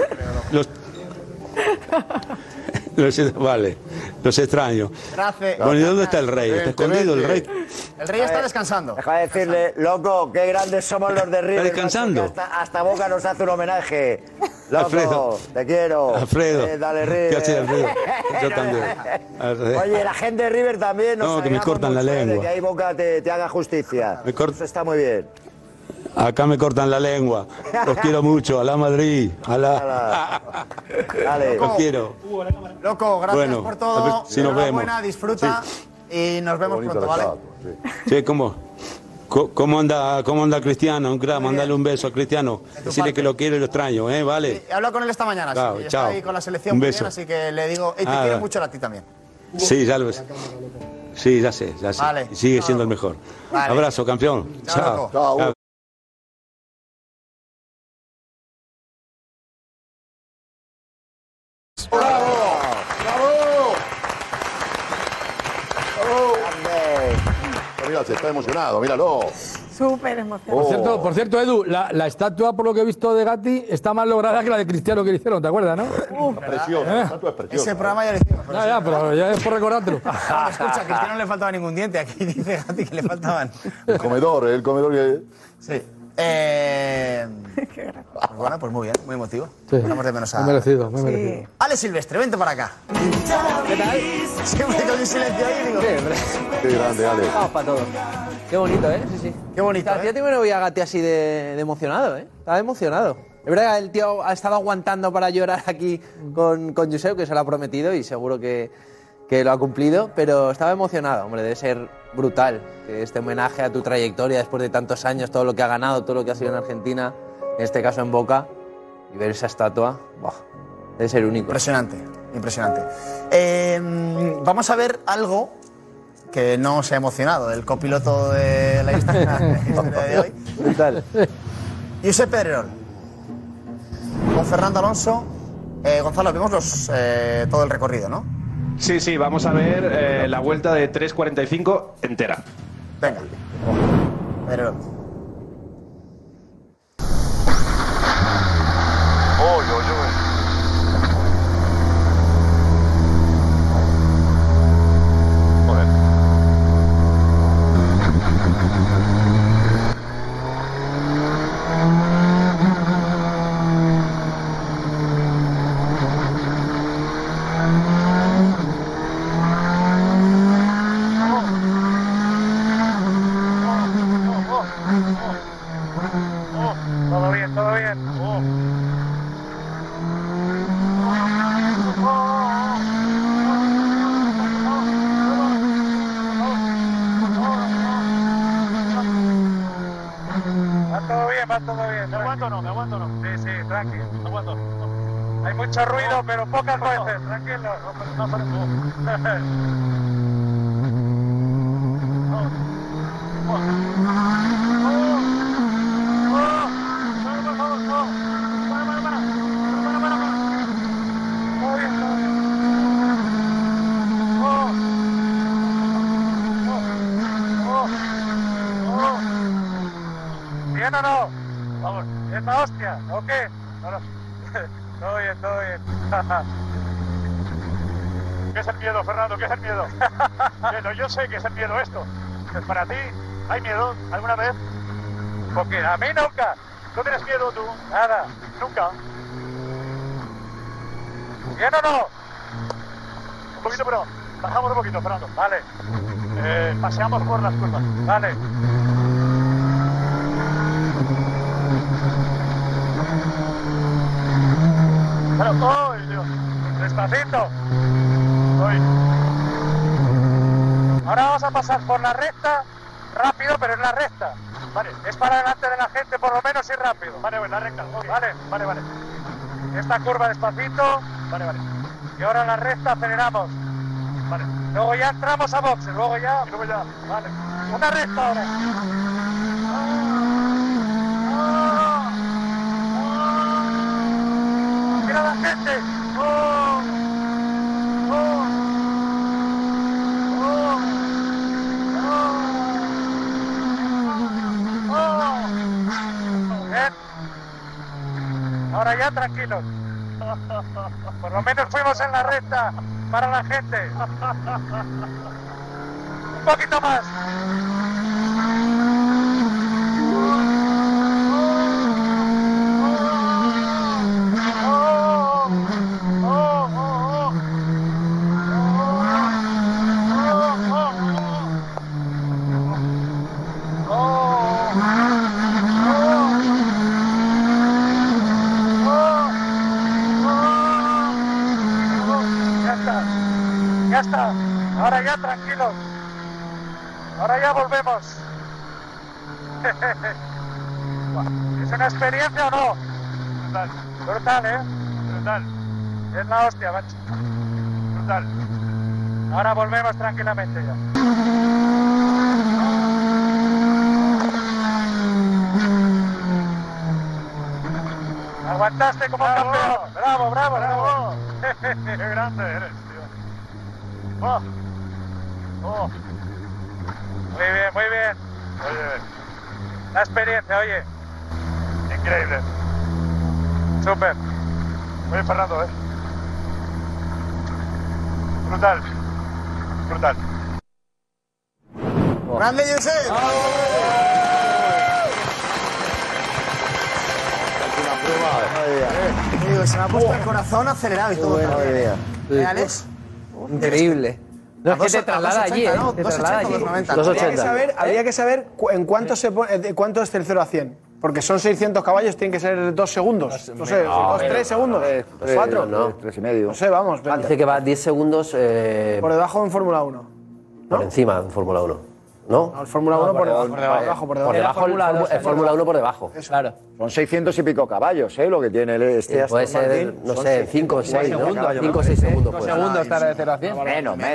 Vale, los extraño. Gracias. Bueno, ¿y dónde está el rey? ¿Está escondido el rey? El rey está descansando. Deja de decirle, loco, qué grandes somos los de River. ¿Está descansando? Hasta Boca nos hace un homenaje. Loco, Alfredo. te quiero. Alfredo. Dale, River. ¿Qué haces, Alfredo? Yo también. Oye, la gente de River también nos No, que me alegramos cortan la mucho de lengua. que ahí Boca te haga justicia. Eso está muy bien. Acá me cortan la lengua. Los quiero mucho. A la Madrid. A la... Dale. Los quiero. Loco, gracias Bueno, por a todo. ver si nos vemos. Enhorabuena, disfruta y nos vemos pronto, ¿vale? Sí, ¿cómo anda Cristiano? Un crack, mándale un beso a Cristiano. Decirle que lo quiero y lo extraño, ¿eh? ¿Vale? He hablado con él esta mañana, Chao, sí, chao. está ahí con la selección Un muy beso. bien, así que le digo, te quiero mucho a ti también. Sí, ya lo ves. Sí, ya sé. Vale. Y sigue siendo el mejor. Vale. Abrazo, campeón. Chao, Chao. loco. Mira, se está emocionado, míralo. Súper Oh. emocionante. Por cierto, Edu, la estatua, por lo que he visto de Gatti, está más lograda que la de Cristiano que le hicieron, ¿te acuerdas, no? Preciosa, la estatua es preciosa. Ese programa ya lo hicimos. Pero ya es por recordártelo. Escucha, a Cristiano no le faltaba ningún diente. Aquí dice Gatti que le faltaban. El comedor que... Sí. Bueno, pues muy bien, muy emotivo. Sí. Estamos de menos a... Muy merecido, muy merecido. Ale Silvestre, vente para acá. ¿Qué tal? Siempre con un silencio ahí, digo. Qué grande, Ale. Vamos para todo. Qué bonito, ¿eh? Sí, sí. Qué bonito, Hacía tiempo que no veía a Gatti así de emocionado, ¿eh? Estaba emocionado. Es verdad que el tío ha estado aguantando para llorar aquí con Josep, que se lo ha prometido y seguro que lo ha cumplido, pero estaba emocionado, hombre, debe ser brutal que este homenaje a tu trayectoria después de tantos años, todo lo que ha ganado, todo lo que ha sido en Argentina, en este caso en Boca, y ver esa estatua, ¡buah! Debe ser único. Impresionante, impresionante. Vamos a ver algo que no se ha emocionado, el copiloto de la historia de hoy. Brutal. Josep Pedrerol. Con Fernando Alonso. Gonzalo, vimos todo el recorrido, ¿no? Sí, vamos a ver la vuelta de 3:45 entera. Venga. Pedrerol. Todo bien, todo bien. Va todo bien. ¿Me aguanto o no? ¿Me aguanto o no? Sí, tranqui, me aguanto. Hay mucho ruido, pero pocas veces. Tranquilo. ¿Bien o no? Vamos, ¿es la hostia o qué? No. Todo bien, todo bien. ¿Qué es el miedo, Fernando? ¿Qué es el miedo? Bueno, yo sé que es el miedo esto. Para ti, ¿hay miedo alguna vez? Porque a mí nunca. ¿No tienes miedo tú? Nada, nunca. ¿Bien o no? Un poquito, pero bajamos un poquito, Fernando. Vale. Paseamos por las curvas. Vale. Pero, ¡ay, Dios! Despacito. ¡Ay! Ahora vamos a pasar por la recta, rápido, pero en la recta. Vale, es para delante de la gente, por lo menos y rápido. Vale, la recta. Vale. Esta curva despacito. Vale. Y ahora en la recta aceleramos. Vale. Luego ya entramos a boxes, luego ya. Vale. Una recta ahora. Mira a la gente. Bien. Ahora ya tranquilos. Por lo menos fuimos en la recta para la gente. Un poquito más. Ya está. Ahora ya tranquilos. Ahora ya volvemos. ¿Es una experiencia o no? Brutal, ¿eh? Brutal. Es la hostia, macho. Brutal. Ahora volvemos tranquilamente ya. Aguantaste como campeón. Bravo. Qué grande eres, tío. Muy bien. Oye, la experiencia, oye. Increíble. Súper. Muy bien, Fernando, Brutal. ¡Grande, Josep! Digo, se me ha puesto el corazón acelerado y todo. ¿Alex? Increíble. No, es que te traslada allí, ¿eh? Te traslada allí. 280. Habría que saber en cuánto cuánto es del 0 a 100. Porque son 600 caballos, tienen que ser 2 segundos. No sé, 3 segundos. 4. No, 3 y medio. No sé, vamos. Dice que va 10 segundos. Por debajo en Fórmula 1. Por encima en Fórmula 1. ¿No? El Fórmula 1 por debajo. Por debajo, el Fórmula 1 por debajo. Claro. Son 600 y pico caballos, lo que tiene este puede ser, no sé, 5 o 6, ¿no? 5 o 6 segundos. 5 segundos estar de 0 a 100.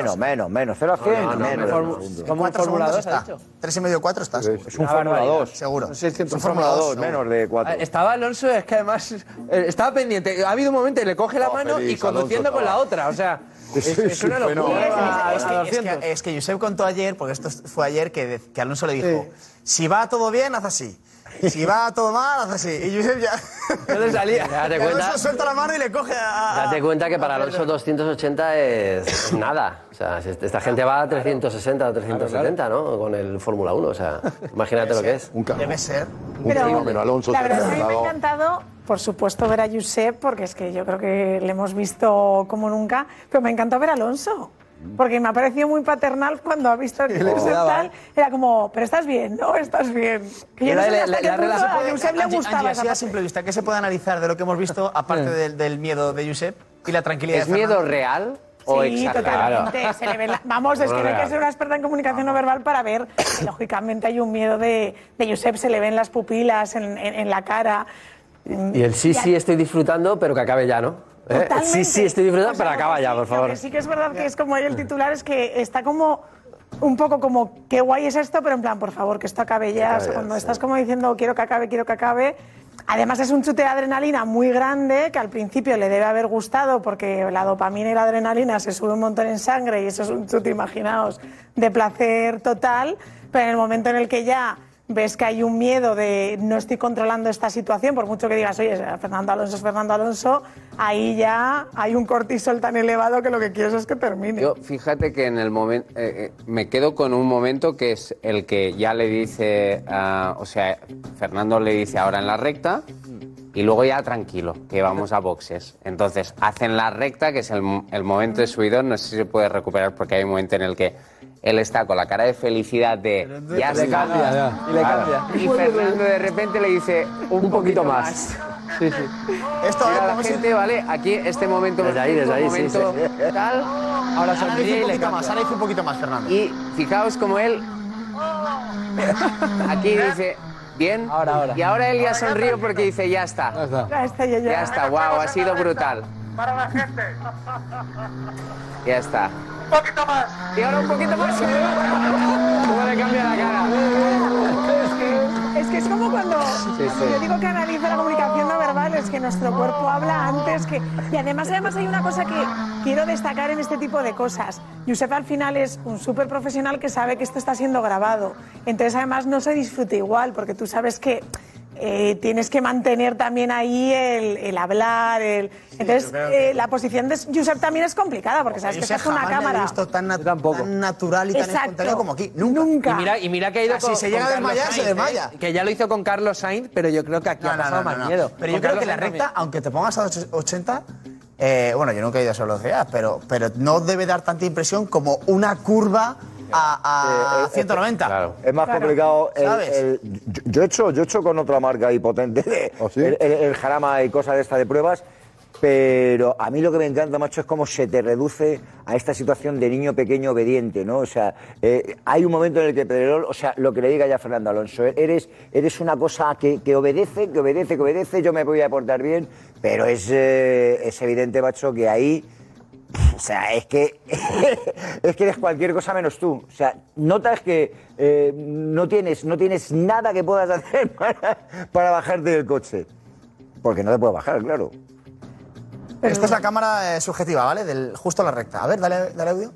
Menos. 0 a 100, menos. Como un Fórmula 2 ha dicho. 3 y medio, 4 estás. Es un Fórmula 2. Seguro. Es un Fórmula 2, menos de 4. Estaba Alonso, es que además estaba pendiente. Ha habido un momento y le coge la mano y conduciendo con la otra. O sea, es una locura. Es que Josep contó ayer, porque esto fue ayer, que Alonso le dijo, si va todo bien, haz así. Si va todo mal, haz así. Y Josep ya... No le salía. Date cuenta, Alonso suelta la mano y le coge a... Date cuenta que para Alonso 280 es nada. O sea, esta gente va a 360 o 370, ¿no? Con el Fórmula 1. O sea, imagínate lo que es. Debe ser. Un fenómeno, Alonso. La verdad es que me ha encantado, por supuesto, ver a Josep, porque es que yo creo que le hemos visto como nunca, pero me encantó ver a Alonso. Porque me ha parecido muy paternal cuando ha visto que Josep tal. Era como, pero estás bien, ¿no? Estás bien. Que yo no sé hasta qué punto a Josep le gustaba esa Angie, a simple vista, ¿qué se puede analizar de lo que hemos visto, aparte del miedo de Josep y la tranquilidad ¿Es de Fernando? miedo real o Sí, exagerado? totalmente. Se le ve vamos, es que no hay que ser una experta en comunicación no verbal para ver. Lógicamente hay un miedo de Josep, se le ven las pupilas, en la cara. Y el sí, estoy disfrutando, pero que acabe ya, ¿no? Sí, estoy disfrutando, pero acaba ya, por favor. Lo que sí que es verdad que es como ahí el titular, es que está como un poco como, qué guay es esto, pero en plan, por favor, que esto acabe ya. O sea, cuando estás como diciendo, quiero que acabe. Además es un chute de adrenalina muy grande, que al principio le debe haber gustado, porque la dopamina y la adrenalina se sube un montón en sangre, y eso es un chute, imaginaos, de placer total, pero en el momento en el que ya ves que hay un miedo de no estoy controlando esta situación, por mucho que digas, oye, Fernando Alonso es Fernando Alonso, ahí ya hay un cortisol tan elevado que lo que quieres es que termine. Yo, fíjate que en el momento, me quedo con un momento que es el que ya le dice, o sea, Fernando le dice ahora en la recta y luego ya tranquilo, que vamos a boxes. Entonces, hacen la recta, que es el momento de subidón, no sé si se puede recuperar porque hay un momento en el que él está con la cara de felicidad de ya se cambia. Y le cambia. Y Fernando de repente le dice un poquito más. Sí. Esto mira la gente, ¿vale? Aquí, este momento. Desde ahí, momento, sí. tal. Ahora sonríe un poquito más, ahora dice un poquito más, Fernando. Y fijaos como él. Aquí dice. Bien. Ahora. Y ahora él ya sonríe porque dice, ya está. Ya está, wow, ha sido brutal. Para la gente. Ya está. Un poquito más. Y ahora un poquito más. ¿Cómo le cambia la cara? Es que es como cuando yo digo que analiza la comunicación no verbal, es que nuestro cuerpo habla antes que... Y además hay una cosa que quiero destacar en este tipo de cosas. Josep al final es un súper profesional que sabe que esto está siendo grabado. Entonces además no se disfruta igual, porque tú sabes que tienes que mantener también ahí el hablar. Entonces la posición de Josep también es complicada, porque sabes que esta es una cámara. He visto tan natural y tan espontáneo como aquí. Nunca. Y mira que ha ido si se llega a desmayar, se desmaya. Que ya lo hizo con Carlos Sainz, pero yo creo que aquí ha pasado más miedo. Pero yo creo que la recta, aunque te pongas a 80, bueno, yo nunca he ido a esa velocidad, pero no debe dar tanta impresión como una curva a 190. Claro. Es más complicado. Yo he hecho con otra marca ahí potente, el Jarama y cosas de esta de pruebas, pero a mí lo que me encanta, macho, es cómo se te reduce a esta situación de niño pequeño obediente, ¿no? O sea, hay un momento en el que Pedrerol, o sea, lo que le diga ya Fernando Alonso, eres una cosa que obedece, yo me voy a portar bien, pero es evidente, macho, que ahí... O sea, es que eres cualquier cosa menos tú. O sea, notas que no tienes nada que puedas hacer para bajarte del coche. Porque no te puedes bajar, claro. Esta es la cámara subjetiva, ¿vale? Justo a la recta. A ver, dale audio.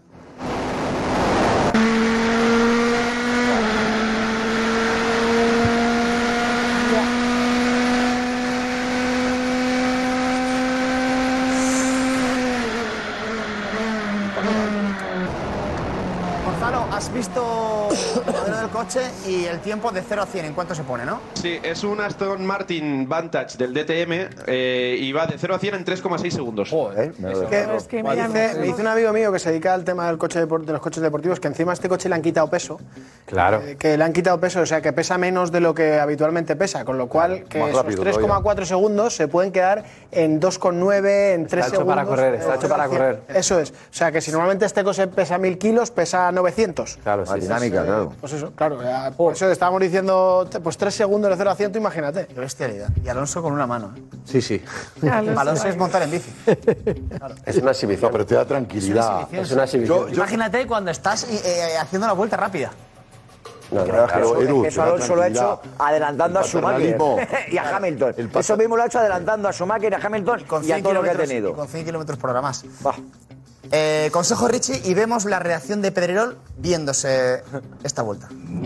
Has visto el modelo del coche y el tiempo de 0 a 100, ¿en cuánto se pone, no? Sí, es un Aston Martin Vantage del DTM y va de 0 a 100 en 3,6 segundos. Me dice un amigo mío que se dedica al tema del coche de los coches deportivos que encima a este coche le han quitado peso. Claro. Que le han quitado peso, o sea, que pesa menos de lo que habitualmente pesa, con lo cual que esos 3,4 segundos se pueden quedar en 2,9, en 3 segundos. Está hecho para correr. Eso es. O sea, que si normalmente este coche pesa 1000 kilos, pesa 900. Claro, la dinámica, claro. Pues eso, claro. Por eso estábamos diciendo, pues 3 segundos de 0 a 100, imagínate. Qué bestialidad. Y Alonso con una mano. Sí. Alonso es montar en bici. Claro. Es una exhibición. No, pero te da tranquilidad. Es una exhibición. Imagínate cuando estás haciendo la vuelta rápida. No, eso Alonso lo ha hecho adelantando a Schumacher y a Hamilton. Eso mismo lo ha hecho adelantando a Schumacher, a Hamilton y a todo lo que ha tenido. Y con 100 kilómetros por hora más. Consejo Richie y vemos la reacción de Pedrerol viéndose esta vuelta.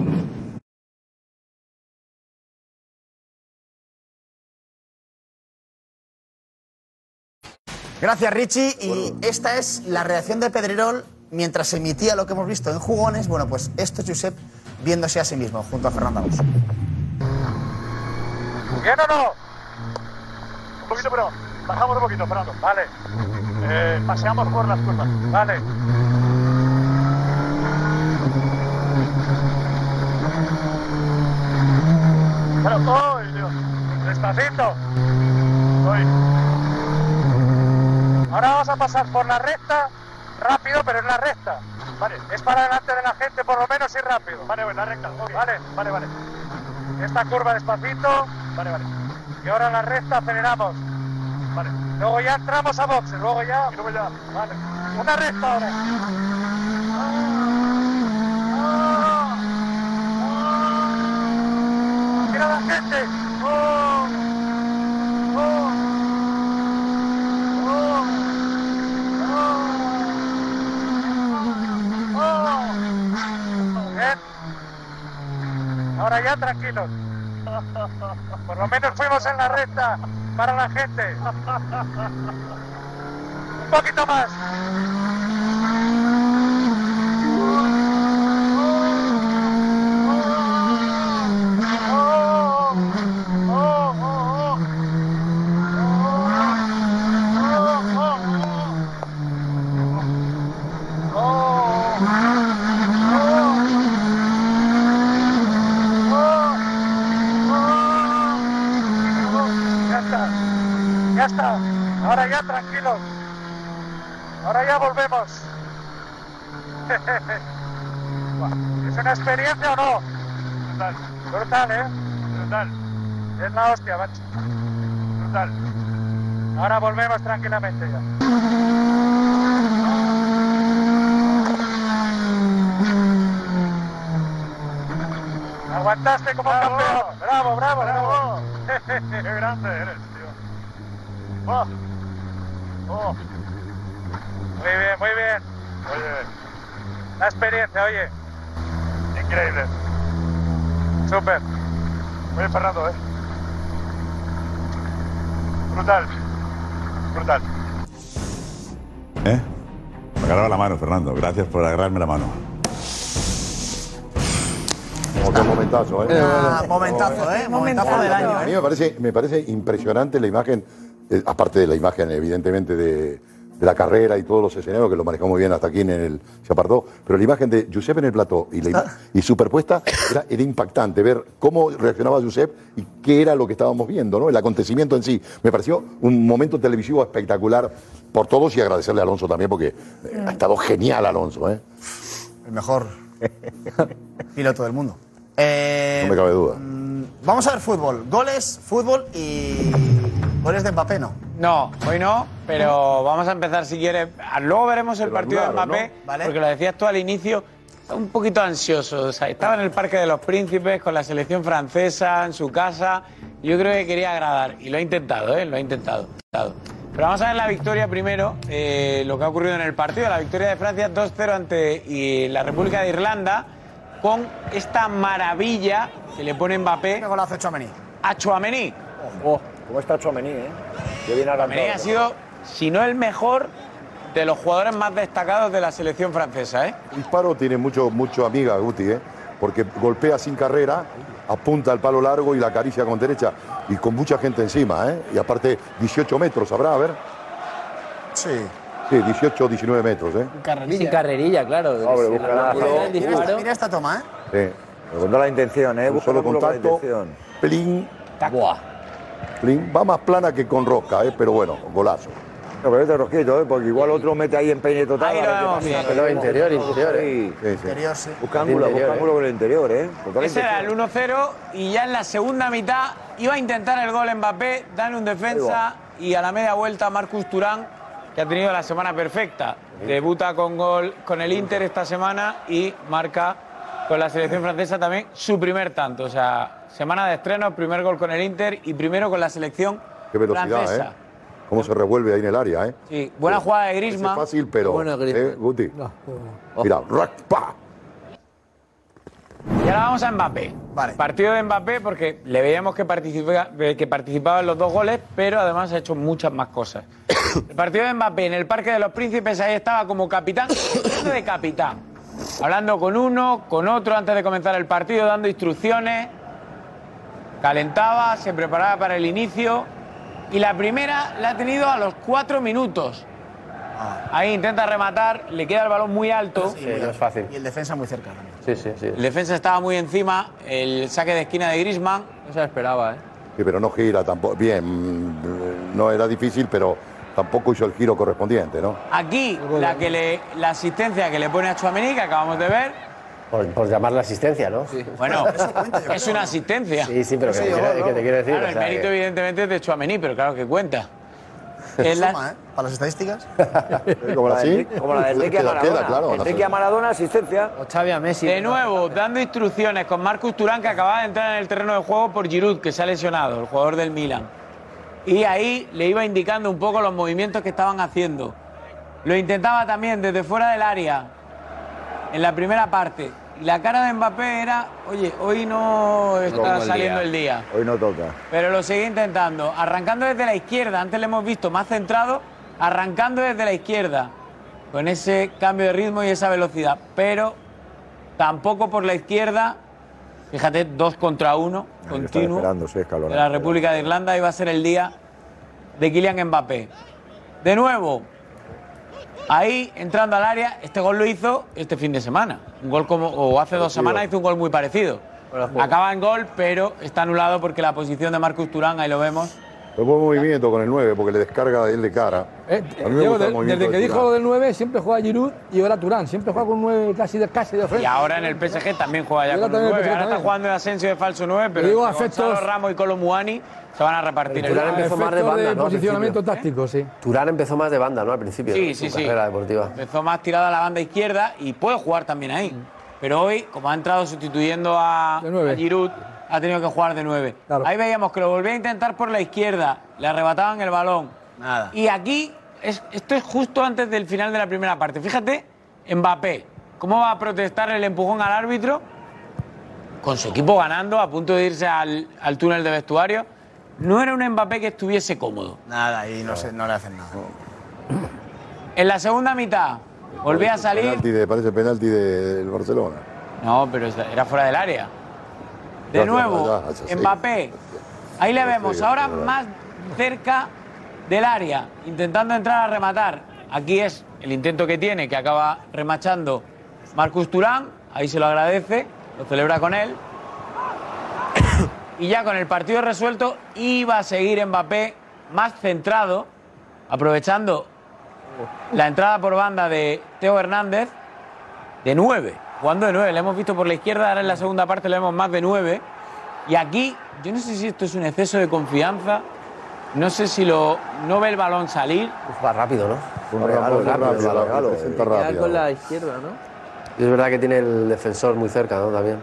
Gracias, Richie. Y esta es la reacción de Pedrerol mientras emitía lo que hemos visto en Jugones. Bueno, pues esto es Josep viéndose a sí mismo junto a Fernando Alonso. ¿Bien o no? Un poquito, pero bajamos un poquito, Fernando. Vale. Paseamos por las curvas. Vale. Pero, ¡ay, Dios! Despacito. Ahora vamos a pasar por la recta, rápido, pero en la recta. Vale, es para delante de la gente, por lo menos, y rápido. Vale, la recta. Okay. Vale. Esta curva despacito. Vale. Y ahora en la recta aceleramos. Vale. Luego ya entramos a boxes, luego ya. Vale. Una recta ahora. Mira la gente. Bien. Ahora ya tranquilos. Por lo menos fuimos en la recta para la gente. Un poquito más. Ya está. Ahora ya volvemos. ¿Es una experiencia o no? Brutal. Brutal, ¿eh? Brutal. Es la hostia, macho. Brutal. Ahora volvemos tranquilamente ya. Aguantaste como campeón. Bravo, bravo, bravo. Qué grande eres, tío. Oh. Oh. Muy bien, muy bien. Oye, la experiencia, oye. Increíble. Súper. Muy bien, Fernando, Brutal. Brutal. Me agarraba la mano, Fernando. Gracias por agarrarme la mano. Qué momentazo, Momentazo, momentazo del año. A mí me parece impresionante la imagen, aparte de la imagen, evidentemente, de la carrera y todos los escenarios, que lo manejamos muy bien hasta aquí en el se apartó, pero la imagen de Josep en el plató y superpuesta era impactante ver cómo reaccionaba Josep y qué era lo que estábamos viendo, ¿no? El acontecimiento en sí. Me pareció un momento televisivo espectacular por todos y agradecerle a Alonso también porque ha estado genial Alonso, El mejor piloto del mundo. No me cabe duda. Vamos a ver fútbol. Goles, fútbol y goles de Mbappé, ¿no? No, hoy no, pero vamos a empezar si quieres. Luego veremos el partido de Mbappé, ¿no? ¿Vale? porque lo decías tú al inicio, un poquito ansioso. O sea, estaba en el Parque de los Príncipes con la selección francesa en su casa. Yo creo que quería agradar y lo ha intentado, lo ha intentado. Pero vamos a ver la victoria primero, lo que ha ocurrido en el partido. La victoria de Francia 2-0 ante la República de Irlanda, con esta maravilla que le pone Mbappé. ¿Qué golazo Tchouaméni? A Tchouaméni. ¿Cómo está Tchouaméni, Qué bien Tchouaméni ha sido, si no el mejor, de los jugadores más destacados de la selección francesa, El disparo tiene mucho amiga, Guti, porque golpea sin carrera, apunta al palo largo y la acaricia con derecha y con mucha gente encima, Y aparte 18 metros, ¿habrá? A ver. Sí. Sí, 18, 19 metros, Sin carrerilla, claro. Mira esta toma, Sí. Con toda la intención, Un solo contacto, plin, plin. Va más plana que con rosca, pero bueno, golazo. No, pero este rosquito, porque igual otro mete ahí empeñe total. Ahí lo vemos bien. Pero interior. Interior, sí. Busca ángulo con el interior, Ese era el 1-0 y ya en la segunda mitad iba a intentar el gol Mbappé, dan un defensa y a la media vuelta Marcus Thuram, que ha tenido la semana perfecta. Debuta con gol con el Inter esta semana y marca con la selección francesa también su primer tanto. O sea, semana de estreno, primer gol con el Inter y primero con la selección Qué velocidad, francesa. Cómo se revuelve ahí en el área, Sí, buena jugada de Griezmann. Es fácil, pero... Bueno, Griezmann. Guti. Mira, ¡pa! Y ahora vamos a Mbappé. Vale. Partido de Mbappé porque le veíamos que participaba en los 2 goles, pero además ha hecho muchas más cosas. El partido de Mbappé en el Parque de los Príncipes, ahí estaba como capitán, de capitán. Hablando con uno, con otro antes de comenzar el partido, dando instrucciones. Calentaba, se preparaba para el inicio. Y la primera la ha tenido a los 4 minutos. Ahí intenta rematar, le queda el balón muy alto. Sí, no es fácil. Y el defensa muy cerca también. Sí. El defensa estaba muy encima, el saque de esquina de Griezmann. No se lo esperaba, Sí, pero no gira tampoco. Bien, no era difícil, pero tampoco hizo el giro correspondiente, ¿no? Aquí la asistencia que le pone a Tchouaméni, que acabamos de ver. Por llamar la asistencia, ¿no? Bueno, es una asistencia. Sí, pero que te quiero decir. Claro, el mérito evidentemente es de Tchouaméni, pero claro que cuenta. Suma, para las estadísticas. Como la de Enrique a Maradona. Claro, Enrique a Maradona, asistencia. O Xavi a Messi. De nuevo, dando instrucciones con Marcus Thuram, que acaba de entrar en el terreno de juego por Giroud, que se ha lesionado, el jugador del Milan. Y ahí le iba indicando un poco los movimientos que estaban haciendo. Lo intentaba también desde fuera del área, en la primera parte. Y la cara de Mbappé era, oye, hoy no está saliendo el día. Hoy no toca. Pero lo sigue intentando. Arrancando desde la izquierda, antes le hemos visto más centrado, arrancando desde la izquierda, con ese cambio de ritmo y esa velocidad. Pero tampoco por la izquierda, fíjate, 2 contra 1, continuo, de la República de Irlanda. Iba a ser el día de Kylian Mbappé. De nuevo, ahí, entrando al área, este gol lo hizo este fin de semana. Un gol o hace 2 semanas hizo un gol muy parecido. Acaba en gol, pero está anulado porque la posición de Marcus Thuram, ahí lo vemos, Fue buen movimiento con el 9 porque le descarga a él de cara. A mí me Diego, gusta el movimiento desde que de dijo Thuram. lo del 9, siempre juega Giroud y ahora Turán. Siempre juega con un 9 casi de frente. Y ahora en el PSG también juega ya Y con ahora el también 9. el PSG Ahora está también. jugando el Asensio de falso 9, pero digo, entre Gonzalo afectos- Ramos y Colomuani se van a repartir el Turán empezó más de banda, ¿no? Al posicionamiento principio. táctico, sí. Turán empezó más de banda, ¿no? Al principio. Sí, de sí, su sí. carrera deportiva. Empezó más tirado a la banda izquierda y puede jugar también ahí. Pero hoy, como ha entrado sustituyendo a Giroud, ha tenido que jugar de 9. Ahí veíamos que lo volvía a intentar por la izquierda, le arrebataban el balón. Nada. Y aquí, esto es justo antes del final de la primera parte. Fíjate, Mbappé, ¿cómo va a protestar el empujón al árbitro? Con su equipo ganando, a punto de irse al túnel de vestuario. No era un Mbappé que estuviese cómodo. Nada, y no le hacen nada. En la segunda mitad, volvía a salir. Parece penalti del Barcelona. No, pero era fuera del área. De Ya, nuevo, ya, sí. Mbappé. Ahí le vemos, ahora más cerca del área, intentando entrar a rematar. Aquí es el intento que tiene, que acaba remachando Marcus Thuram. Ahí se lo agradece, lo celebra con él. Y ya con el partido resuelto, iba a seguir Mbappé más centrado, aprovechando la entrada por banda de Theo Hernández, de 9, jugando de 9. Le hemos visto por la izquierda, ahora en la segunda parte le vemos más de 9. Y aquí, yo no sé si esto es un exceso de confianza, no sé si no ve el balón salir. Va rápido, ¿no? Un regalo. Presenta rápido. Con la izquierda, ¿no? Y es verdad que tiene el defensor muy cerca, ¿no? También.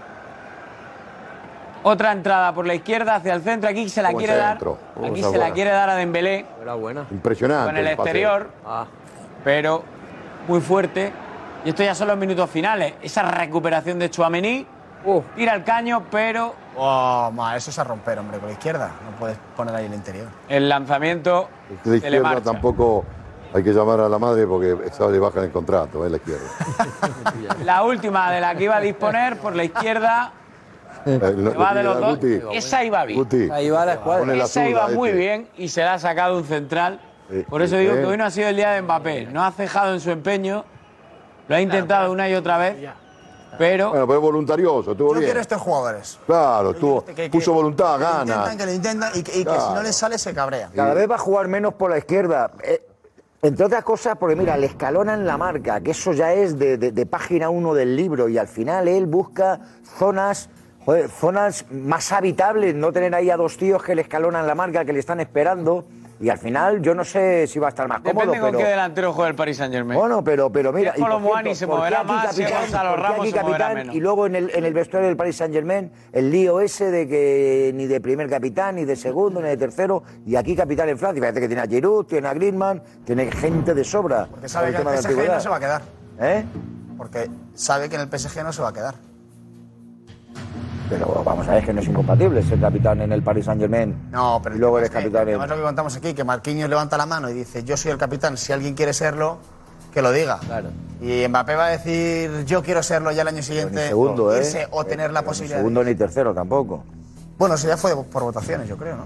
Otra entrada por la izquierda hacia el centro, aquí se la Buen quiere dar. centro. Aquí Esa se la buena. quiere dar a Dembélé. Era buena. Impresionante. Con el pase. exterior, pero muy fuerte. Y esto ya son los minutos finales. Esa recuperación de Tchouaméni. Tira el caño, pero Eso es a romper, hombre, con la izquierda. No puedes poner ahí el interior. el lanzamiento De se le izquierda marcha. tampoco hay que llamar a la madre porque le bajan el contrato, la izquierda. La última de la que iba a disponer por la izquierda. Se va de los dos. Esa iba bien. Ahí va la escuadra. Esa iba muy bien y se la ha sacado un central. Por eso digo que hoy no ha sido el día de Mbappé. No ha cejado en su empeño. Lo ha intentado una y otra vez. Pero Bueno, pero es voluntarioso, estuvo Yo bien. quiero estos jugadores. Claro, puso voluntad, Que ganas. lo intentan y que Claro. si no les sale se cabrean. Cada vez va a jugar menos por la izquierda. Entre otras cosas, porque mira, le escalonan la marca, que eso ya es de página 1 del libro, y al final él busca zonas más habitables, no tener ahí a dos tíos que le escalonan la marca, que le están esperando, y al final yo no sé si va a estar más cómodo. depende con pero... qué delantero juega el Paris Saint-Germain. Bueno, pero mira... Si es Colomuani se moverá más, si es Gonzalo Ramos se moverá menos. Y luego en el vestuario del Paris Saint-Germain, el lío ese de que ni de primer capitán, ni de segundo, ni de tercero, y aquí capitán en Francia. Parece que tiene a Giroud, tiene a Griezmann, tiene gente de sobra. Porque sabe que en tema el de PSG antigüedad. no se va a quedar. ¿Eh? Porque sabe que en el PSG no se va a quedar. Pero vamos a ver que no es incompatible ser capitán en el Paris Saint-Germain. No, pero y luego el eres tema es capitán que, en... además lo que contamos aquí, que Marquinhos levanta la mano y dice, yo soy el capitán, si alguien quiere serlo, que lo diga. Claro. Y Mbappé va a decir, yo quiero serlo ya el año siguiente, Ni segundo, irse o tener la Ni posibilidad. segundo ni tercero tampoco. Bueno, eso ya fue por votaciones, yo creo, ¿no?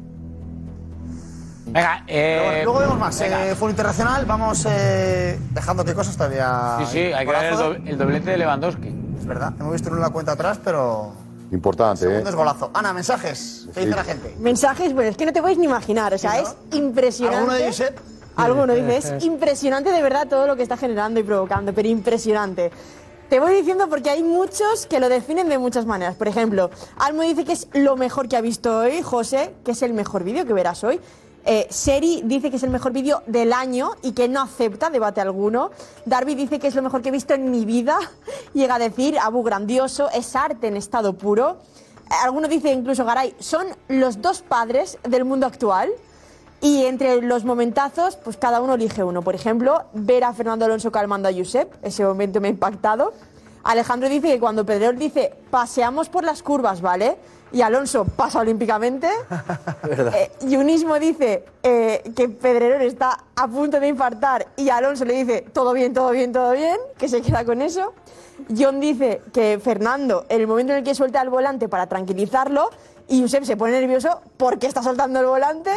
Venga, Pero bueno, luego vemos más. venga. Fútbol internacional, vamos dejando qué cosas todavía. Sí, hay que ver el doblete de Lewandowski. Es verdad, hemos visto en una cuenta atrás, pero. Importante, Segundo es golazo. Ana, mensajes. ¿Qué dice la gente? Mensajes, bueno, es que no te puedes ni imaginar, o sea, es impresionante. ¿Alguno de Josep? Alguno dice, es impresionante de verdad todo lo que está generando y provocando, pero impresionante. Te voy diciendo porque hay muchos que lo definen de muchas maneras. Por ejemplo, Almo dice que es lo mejor que ha visto hoy, José, que es el mejor vídeo que verás hoy. Seri dice que es el mejor vídeo del año y que no acepta debate alguno. Darby dice que es lo mejor que he visto en mi vida. Llega a decir, Abu grandioso, es arte en estado puro. Algunos dicen, incluso Garay, son los dos padres del mundo actual. Y entre los momentazos, pues cada uno elige uno. Por ejemplo, ver a Fernando Alonso calmando a Josep, ese momento me ha impactado. Alejandro dice que cuando Pedrerol dice, paseamos por las curvas, ¿vale? Y Alonso pasa olímpicamente. Yunismo dice que Pedrerol está a punto de infartar y Alonso le dice, todo bien, todo bien, todo bien, que se queda con eso. John dice que Fernando, en el momento en el que suelta el volante para tranquilizarlo, y Josep se pone nervioso porque está soltando el volante.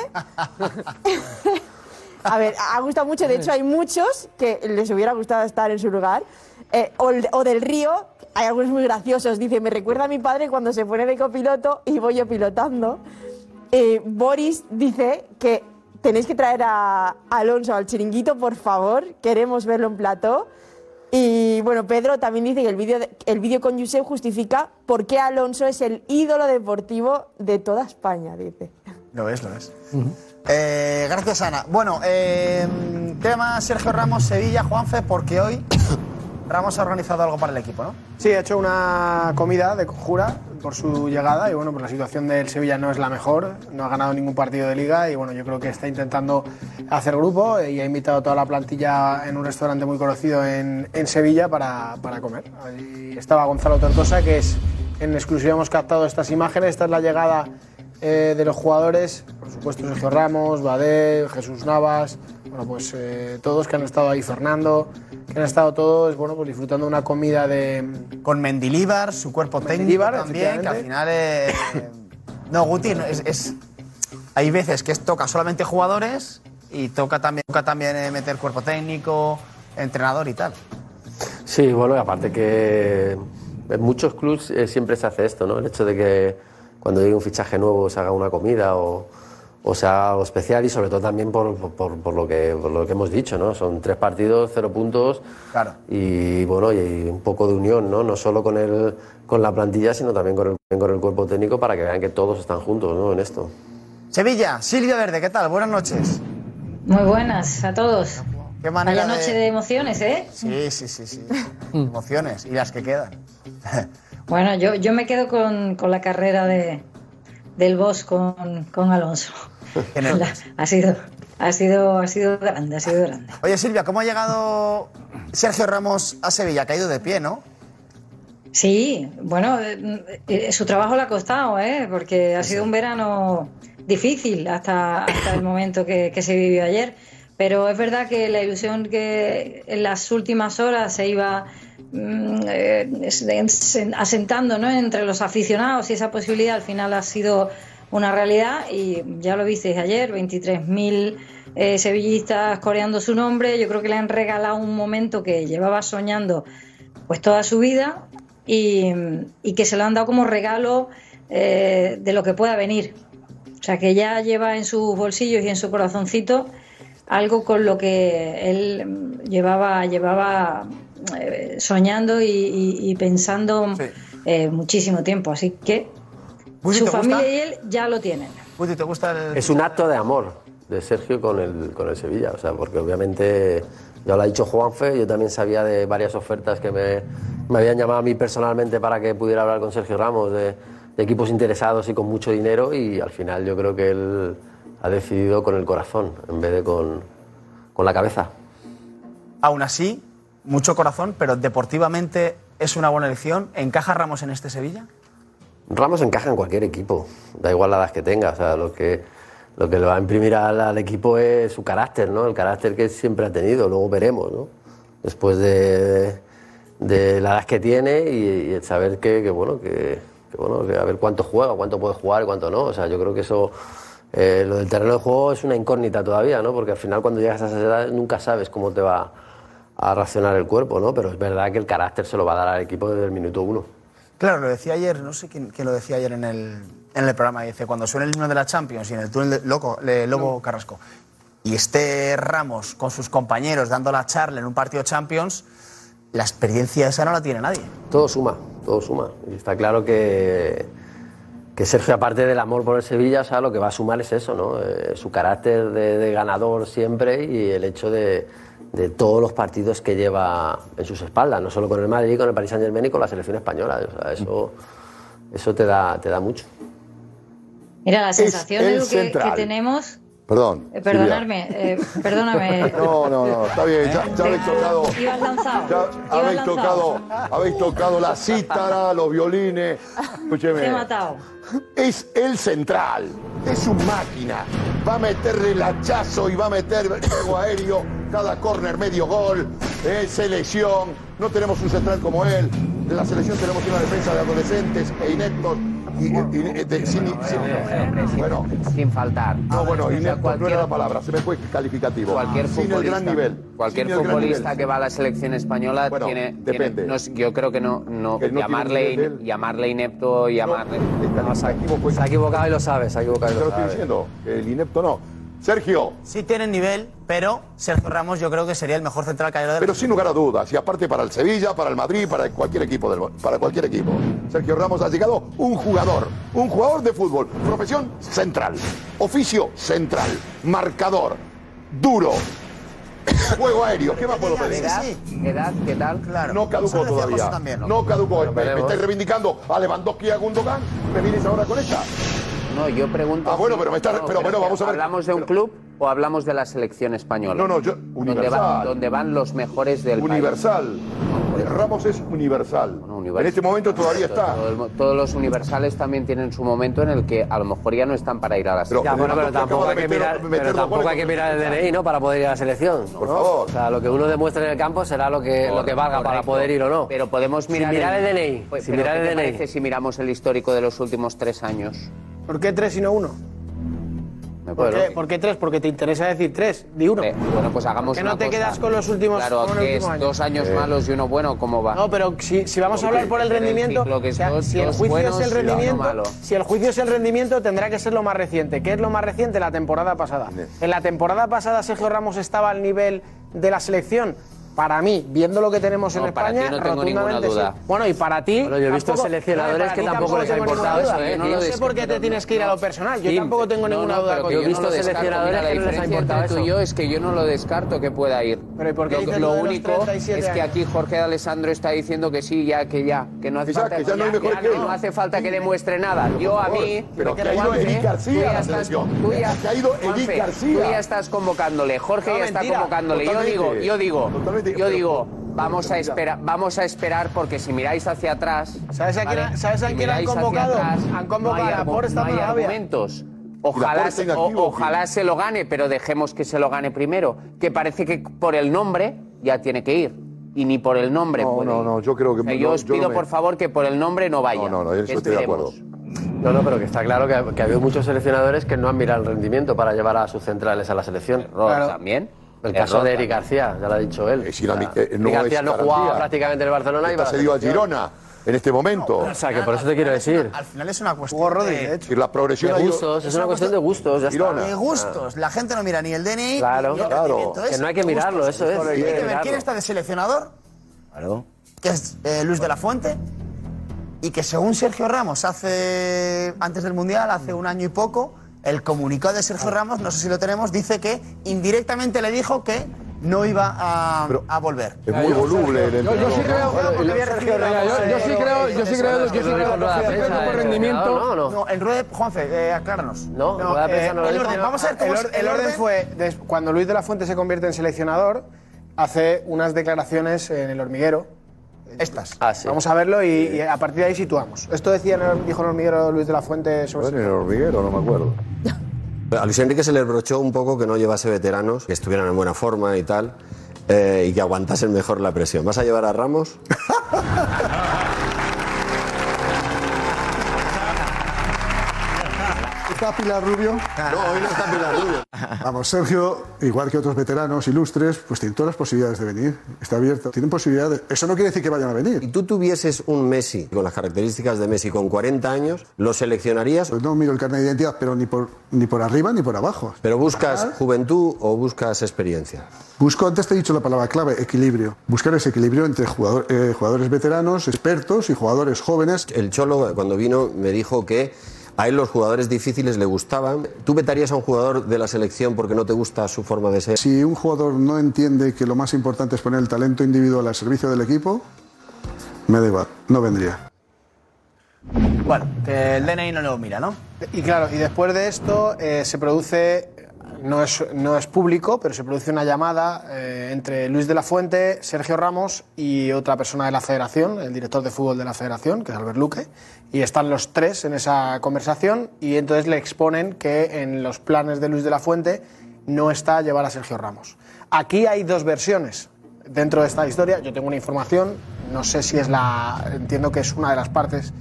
A ver, ha gustado mucho. De hecho, hay muchos que les hubiera gustado estar en su lugar. O del Río, hay algunos muy graciosos. Dice, me recuerda a mi padre cuando se pone de copiloto y voy yo pilotando. Boris dice que tenéis que traer a Alonso al chiringuito, por favor. Queremos verlo en plató. Y bueno, Pedro también dice que el vídeo con Josep justifica por qué Alonso es el ídolo deportivo de toda España, dice. Lo es. Gracias, Ana. Bueno, tema Sergio Ramos, Sevilla, Juanfe, porque hoy Ramos ha organizado algo para el equipo, ¿no? Sí, ha hecho una comida de conjura por su llegada y bueno, pues la situación del Sevilla no es la mejor, no ha ganado ningún partido de liga y bueno, yo creo que está intentando hacer grupo y ha invitado a toda la plantilla en un restaurante muy conocido en Sevilla para comer. Ahí estaba Gonzalo Tortosa, que es en exclusiva hemos captado estas imágenes. Esta es la llegada de los jugadores, por supuesto Sergio Ramos, Badé, Jesús Navas, bueno, pues todos que han estado ahí, Fernando, que han estado todos, bueno, pues disfrutando una comida con Mendilibar, su cuerpo técnico también, que al final no, Guti, hay veces que toca solamente jugadores y toca también meter cuerpo técnico, entrenador y tal. Sí, bueno, y aparte que en muchos clubs siempre se hace esto, ¿no? El hecho de que cuando llegue un fichaje nuevo se haga una comida o se haga algo especial y sobre todo también por lo que hemos dicho, ¿no? Son 3 partidos, 0 puntos. Claro. Y bueno, y un poco de unión, ¿no? No solo con la plantilla, sino también con el cuerpo técnico para que vean que todos están juntos, ¿no? En esto. Sevilla, Silvia Verde, ¿qué tal? Buenas noches. Muy buenas a todos. Qué manera Vaya noche de emociones, ¿eh? Sí. Emociones y las que quedan. Bueno, yo me quedo con la carrera del Boss con Alonso. Ha sido grande. Oye, Silvia, ¿cómo ha llegado Sergio Ramos a Sevilla? Ha caído de pie, ¿no? Sí, bueno, su trabajo le ha costado, porque ha sido un verano difícil hasta el momento que se vivió ayer. Pero es verdad que la ilusión que en las últimas horas se iba asentando, ¿no?, entre los aficionados y esa posibilidad al final ha sido una realidad y ya lo visteis ayer, 23.000 sevillistas coreando su nombre. Yo creo que le han regalado un momento que llevaba soñando pues toda su vida y que se lo han dado como regalo de lo que pueda venir. O sea, que ya lleva en sus bolsillos y en su corazoncito algo con lo que él llevaba soñando y pensando muchísimo tiempo. Así que su familia y él ya lo tienen. ¿Te gusta Es un acto de amor de Sergio con el Sevilla, o sea, porque obviamente, ya lo ha dicho Juanfe, yo también sabía de varias ofertas que me habían llamado a mí personalmente para que pudiera hablar con Sergio Ramos de equipos interesados y con mucho dinero, y al final yo creo que él ha decidido con el corazón en vez de con la cabeza. Aún así, mucho corazón, pero deportivamente es una buena elección. ¿Encaja Ramos en este Sevilla? Ramos encaja en cualquier equipo, da igual la edad que tenga. O sea, lo que le va a imprimir al equipo es su carácter, ¿no? El carácter que siempre ha tenido. Luego veremos, ¿no? Después de la edad que tiene y el saber que a ver cuánto juega, cuánto puede jugar y cuánto no. O sea, yo creo que eso, lo del terreno de juego es una incógnita todavía, ¿no? Porque al final cuando llegas a esas edades nunca sabes cómo te va a reaccionar el cuerpo, ¿no? Pero es verdad que el carácter se lo va a dar al equipo desde el minuto 1. Claro, lo decía ayer, no sé quién lo decía ayer en el programa, dice, cuando suene el himno de la Champions y en el túnel de Lobo Carrasco, y esté Ramos con sus compañeros dando la charla en un partido Champions, la experiencia esa no la tiene nadie. Todo suma. Y está claro que Sergio, aparte del amor por el Sevilla, o sea, lo que va a sumar es eso, ¿no? Su carácter de ganador siempre y el hecho de todos los partidos que lleva en sus espaldas, no solo con el Madrid, con el Paris Saint-Germain y con la selección española. O sea, eso te da mucho. Mira, la sensación Edu, que tenemos... Perdón. Perdonadme. No, está bien, ya habéis tocado. Ibas lanzado. Habéis tocado la cítara, los violines. Escúcheme. Te he matado. Es el central, es un máquina. Va a meter el hachazo y va a meter juego aéreo, cada córner medio gol, selección. No tenemos un central como él. En la selección tenemos una defensa de adolescentes e ineptos. Sin faltar. No, bueno, inepto no era la palabra, se me fue calificativo. Cualquier sin el gran nivel. Cualquier Sin el gran futbolista nivel. que va a la selección española depende. yo creo que no llamarle inepto, llamarle. Se ha equivocado y lo sabe, se ha equivocado y Te lo lo estoy sabe. diciendo, el inepto no. Sergio. Sí tienen nivel, pero Sergio Ramos yo creo que sería el mejor central que haya de la... Pero sin lugar a dudas, y aparte para el Sevilla, para el Madrid, para cualquier equipo para cualquier equipo. Sergio Ramos ha llegado un jugador de fútbol, profesión central, oficio central, marcador, duro, juego aéreo. ¿Qué más puedo pedir? ¿Edad? ¿Qué tal? Claro. No caducó todavía. No caducó. ¿Me estáis reivindicando a Lewandowski y a Gundogan? ¿Me vienes ahora con esta? No, yo pregunto. Ah, bueno, pero me estás. Pero bueno, vamos a ver. ¿Hablamos de un club o hablamos de la selección española? No, yo. Universal. Donde van los mejores del Universal. Ramos es universal. En este momento todavía está. Todos los universales también tienen su momento en el que a lo mejor ya no están para ir a la selección. Pero tampoco hay que mirar el DNI, ¿no? Para poder ir a la selección. Por favor. O sea, lo que uno demuestre en el campo será lo que valga para poder ir o no. Pero podemos mirar el DNI. ¿Qué te parece si miramos el histórico de los últimos 3 años? ¿Por qué 3 y no 1? ¿Por qué 3? Porque te interesa decir 3, di 1. Bueno, pues hagamos que una no te cosa. quedas con los últimos años. Claro, que es 2 años malos y uno bueno, ¿cómo va? No, pero si vamos a hablar por el rendimiento, si el juicio es el rendimiento, si el juicio es el rendimiento, tendrá que ser lo más reciente. ¿Qué es lo más reciente? La temporada pasada. En la temporada pasada Sergio Ramos estaba al nivel de la selección. Para mí, viendo lo que tenemos en para España, ti no tengo ninguna duda. sí. Bueno, y para ti... Bueno, yo he visto seleccionadores que tampoco les ha importado eso, ¿eh? No sé por qué te tienes que ir a lo personal. Yo tampoco tengo ninguna duda contigo. Yo he visto seleccionadores que no les ha importado eso. Yo es que yo no lo descarto que pueda ir. Pero ¿y por qué dices lo de los único 37 es que años? aquí Jorge de Alessandro está diciendo que sí, que no hace falta, no hace falta que demuestre nada. Yo a mí... Pero que ha ido Eric García a la selección. Que ha ido Eric García. Tú ya estás convocándole, Jorge ya está convocándole. Yo digo... Vamos a esperar porque si miráis hacia atrás... ¿Sabes a quién han convocado? Han convocado a Laporte, está no hay argumentos. Ojalá se lo gane, pero dejemos que se lo gane primero. Que parece que por el nombre ya tiene que ir. Y ni por el nombre puede ir. No, yo creo que... O sea, yo os pido, por favor, que por el nombre no vaya. No, eso estoy de acuerdo. No, pero que está claro que ha habido muchos seleccionadores que no han mirado el rendimiento para llevar a sus centrales a la selección. También. El caso de Eric García, ya lo ha dicho él. Eric García no jugaba prácticamente en el Barcelona y se dio a Girona en este momento. O sea, que por eso te quiero decir. Al final es una cuestión de la progresión de gustos, es una cuestión de gustos, ya está. De gustos. La gente no mira ni el DNI claro, ni el rendimiento. Que no hay que mirarlo, eso es. Hay que ver quién está de seleccionador, que es Luis de la Fuente, y que según Sergio Ramos antes del Mundial, hace un año y poco, el comunicado de Sergio Ramos, no sé si lo tenemos, dice que indirectamente le dijo que no iba a volver. Es muy voluble el Yo sí creo que rendimiento. No, en rueda, Juanfe, acláranos. No, vamos a ver cómo el orden fue cuando Luis de la Fuente se convierte en seleccionador, hace unas declaraciones en El Hormiguero. Estas. Sí. Vamos a verlo y a partir de ahí situamos. Esto dijo en El Hormiguero Luis de la Fuente sobre... En El Hormiguero, no me acuerdo. A Luis Enrique se le reprochó un poco que no llevase veteranos, que estuvieran en buena forma y tal, y que aguantasen mejor la presión. ¿Vas a llevar a Ramos? ¿Está Pilar Rubio? No, hoy no está Pilar Rubio. Vamos, Sergio, igual que otros veteranos ilustres, pues tienen todas las posibilidades de venir. Está abierto. Tienen posibilidades. Eso no quiere decir que vayan a venir. Si tú tuvieses un Messi con las características de Messi con 40 años, ¿lo seleccionarías? Pues no miro el carnet de identidad, pero ni por arriba ni por abajo. ¿Pero buscas juventud o buscas experiencia? Busco, antes te he dicho la palabra clave, equilibrio. Buscar ese equilibrio entre jugadores veteranos, expertos y jugadores jóvenes. El Cholo, cuando vino, me dijo que a él los jugadores difíciles le gustaban. ¿Tú vetarías a un jugador de la selección porque no te gusta su forma de ser? Si un jugador no entiende que lo más importante es poner el talento individual al servicio del equipo, me da igual, no vendría. Bueno, que el DNI no lo mira, ¿no? Y claro, y después de esto se produce, no es público, pero se produce una llamada entre Luis de la Fuente, Sergio Ramos y otra persona de la federación, el director de fútbol de la federación, que es Albert Luque, y están los tres en esa conversación y entonces le exponen que en los planes de Luis de la Fuente no está llevar a Sergio Ramos. Aquí hay dos versiones dentro de esta historia. Yo tengo una información, no sé si es entiendo que es una de las partes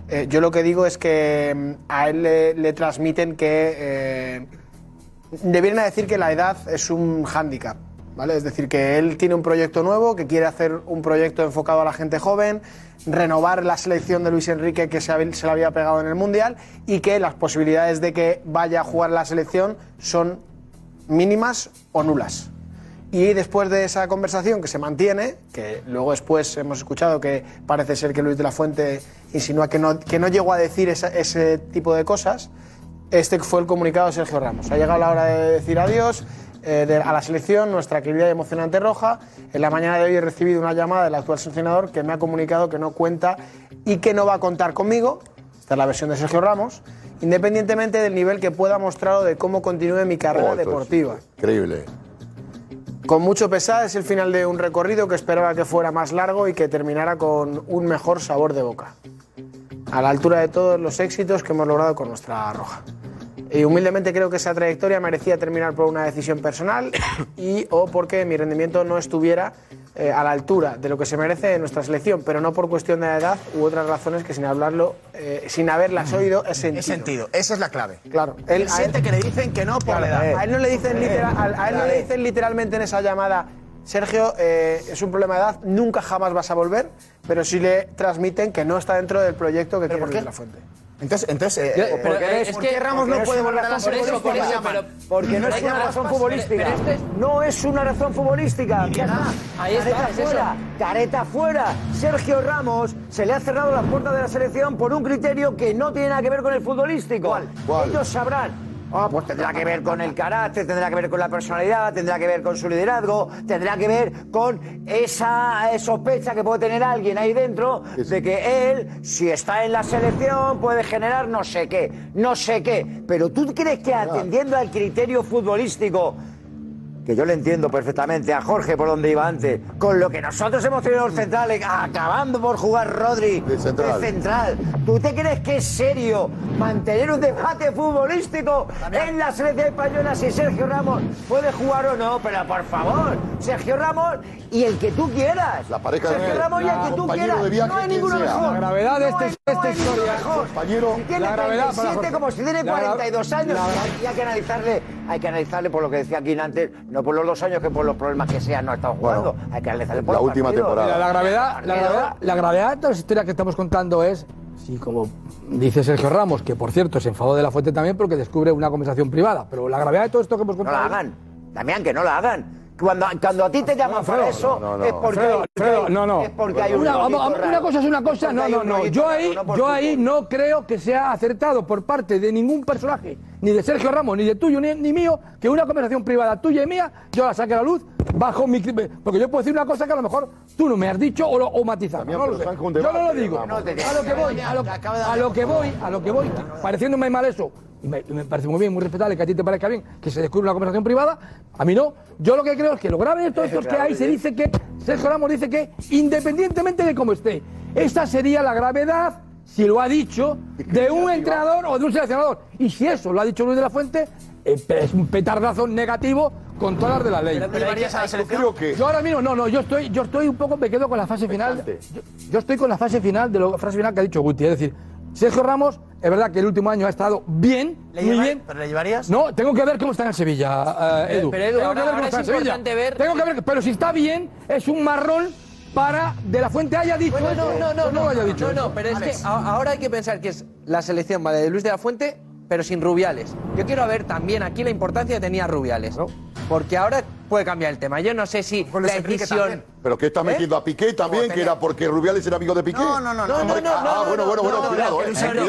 Yo lo que digo es que a él le transmiten que debieran decir que la edad es un hándicap, ¿vale? Es decir, que él tiene un proyecto nuevo, que quiere hacer un proyecto enfocado a la gente joven, renovar la selección de Luis Enrique que se le había pegado en el Mundial, y que las posibilidades de que vaya a jugar la selección son mínimas o nulas. Y después de esa conversación que se mantiene, que luego después hemos escuchado que parece ser que Luis de la Fuente insinúa que no llegó a decir ese tipo de cosas, este fue el comunicado de Sergio Ramos. Ha llegado la hora de decir adiós a la selección, nuestra querida y emocionante roja. En la mañana de hoy he recibido una llamada del actual seleccionador que me ha comunicado que no cuenta y que no va a contar conmigo. Esta es la versión de Sergio Ramos, independientemente del nivel que pueda mostrar o de cómo continúe mi carrera deportiva. Increíble. Con mucho pesar, es el final de un recorrido que esperaba que fuera más largo y que terminara con un mejor sabor de boca, a la altura de todos los éxitos que hemos logrado con nuestra roja. Y humildemente creo que esa trayectoria merecía terminar por una decisión personal o porque mi rendimiento no estuviera a la altura de lo que se merece en nuestra selección, pero no por cuestión de edad u otras razones que sin haberlas oído he sentido. He sentido, esa es la clave. Claro. Él siente que le dicen que no por la edad. A él no le dicen literalmente en esa llamada: Sergio, es un problema de edad, nunca jamás vas a volver, pero sí le transmiten que no está dentro del proyecto que quiere Luis de la Fuente. Entonces, ¿por qué Ramos no puede volver a la selección? Porque no es una razón futbolística. No es una razón futbolística. Ahí está, fuera, careta fuera. Sergio Ramos se le ha cerrado las puertas de la selección por un criterio que no tiene nada que ver con el futbolístico. ¿Cuál? Ellos sabrán. Pues tendrá que ver con el carácter, tendrá que ver con la personalidad, tendrá que ver con su liderazgo, tendrá que ver con esa sospecha que puede tener alguien ahí dentro de que él, si está en la selección, puede generar no sé qué. Pero ¿tú crees que atendiendo al criterio futbolístico, que yo le entiendo perfectamente a Jorge por donde iba antes, con lo que nosotros hemos tenido los centrales, acabando por jugar Rodri de central, ¿tú te crees que es serio mantener un debate futbolístico en la selección española si Sergio Ramos puede jugar o no? Pero por favor, SergioAmos y el que tú quieras. La pareja Sergio Ramos y el que tú quieras. de viaje, no hay ninguno quien sea. mejor. La gravedad de esta historia, compañero, si tiene la gravedad 37 como si tiene 42 años, y hay que analizarle por lo que decía aquí antes, no por los 2 años que por los problemas que sean no ha estado jugando. Hay que analizarle por la los última partidos. temporada. La gravedad de todas las historias que estamos contando es, sí, como dice Sergio Ramos, que por cierto se enfadó de la Fuente también porque descubre una conversación privada, pero la gravedad de todo esto que hemos contado... No la hagan, Damián, que no la hagan. Cuando a ti te llaman para eso, es porque es porque hay una cosa es una cosa, no. Yo ahí no creo que sea acertado por parte de ningún personaje, ni de Sergio Ramos, ni de tuyo, ni mío, que una conversación privada tuya y mía, yo la saque a la luz bajo mi... Porque yo puedo decir una cosa que a lo mejor tú no me has dicho o matizado. No lo sé. Yo no lo digo. A lo que voy, pareciéndome mal eso. Y me parece muy bien, muy respetable que a ti te parezca bien que se descubre una conversación privada, a mí no. Yo lo que creo es que lo grave de todo esto es que ahí se dice que Sergio Ramos dice que independientemente de cómo esté, esa sería la gravedad, si lo ha dicho, de un entrenador o de un seleccionador. Y si eso lo ha dicho Luis de la Fuente, es un petardazo negativo con todas las de la ley. ¿Pero llevarías a la selección? Yo ahora mismo, yo estoy un poco, me quedo con la fase final. Yo estoy con la fase final de la frase final que ha dicho Guti, es decir, Sergio Ramos, es verdad que el último año ha estado bien, muy bien. ¿Pero le llevarías? No, tengo que ver cómo está en el Sevilla, Edu. Pero Edu, tengo que ver cómo está en Sevilla. Tengo que ver, pero si está bien, es un marrón para De la Fuente haya dicho eso. No haya dicho eso. Pero es que ahora hay que pensar que es la selección, vale, de Luis de la Fuente, pero sin Rubiales. Yo quiero ver también aquí la importancia que tenía Rubiales, ¿no? Porque ahora puede cambiar el tema. Yo no sé si la decisión... ¿Pero qué está metiendo a Piqué también, que era porque Rubiales era amigo de Piqué? No. Bueno, cuidado,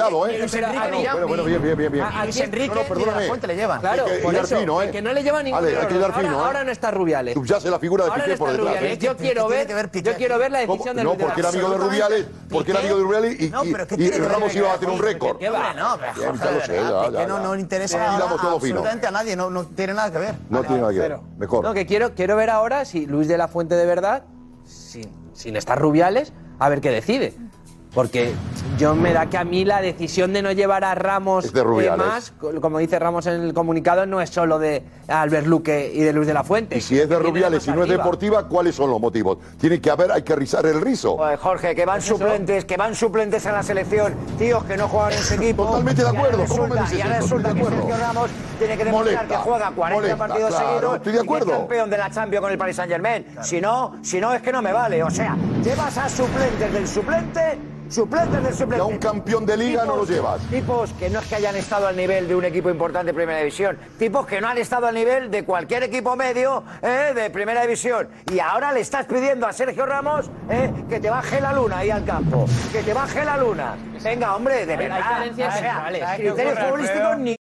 Bueno, bien. A Luis Enrique y De la Fuente le llevan. Claro, por eso, que no le llevan ningún ahora no está Rubiales. Subyace la figura de Piqué por detrás. Yo quiero ver la decisión de Luis de la Fuente. No, porque era amigo de Rubiales, y Ramos iba a tener un récord. Ya lo sé, no le interesa absolutamente a nadie, no tiene nada que ver. No tiene nada que ver, mejor. No, que quiero ver ahora si Luis de la Fuente de verdad, sin estar Rubiales, a ver qué decide. Porque yo me da que a mí la decisión de no llevar a Ramos más, como dice Ramos en el comunicado, no es solo de Albert Luque y de Luis de la Fuente. Y si es de Rubiales y no es deportiva, ¿cuáles son los motivos? Hay que rizar el rizo. Pues Jorge, que van suplentes a la selección, tíos que no juegan en ese equipo. Totalmente de acuerdo. ¿Cómo me dices y ahora resulta que Sergio Ramos tiene que demostrar que juega 40 partidos seguidos estoy de acuerdo. Y que es campeón de la Champions con el Paris Saint-Germain. Claro. Si no es que no me vale. O sea, llevas a suplentes del suplente. Y a un campeón de liga no lo llevas. Tipos que no es que hayan estado al nivel de un equipo importante de Primera División. Tipos que no han estado al nivel de cualquier equipo medio de Primera División. Y ahora le estás pidiendo a Sergio Ramos que te baje la luna ahí al campo. Que te baje la luna. Venga, hombre, de verdad. Hay diferencias centrales. Criterios futbolísticos ni...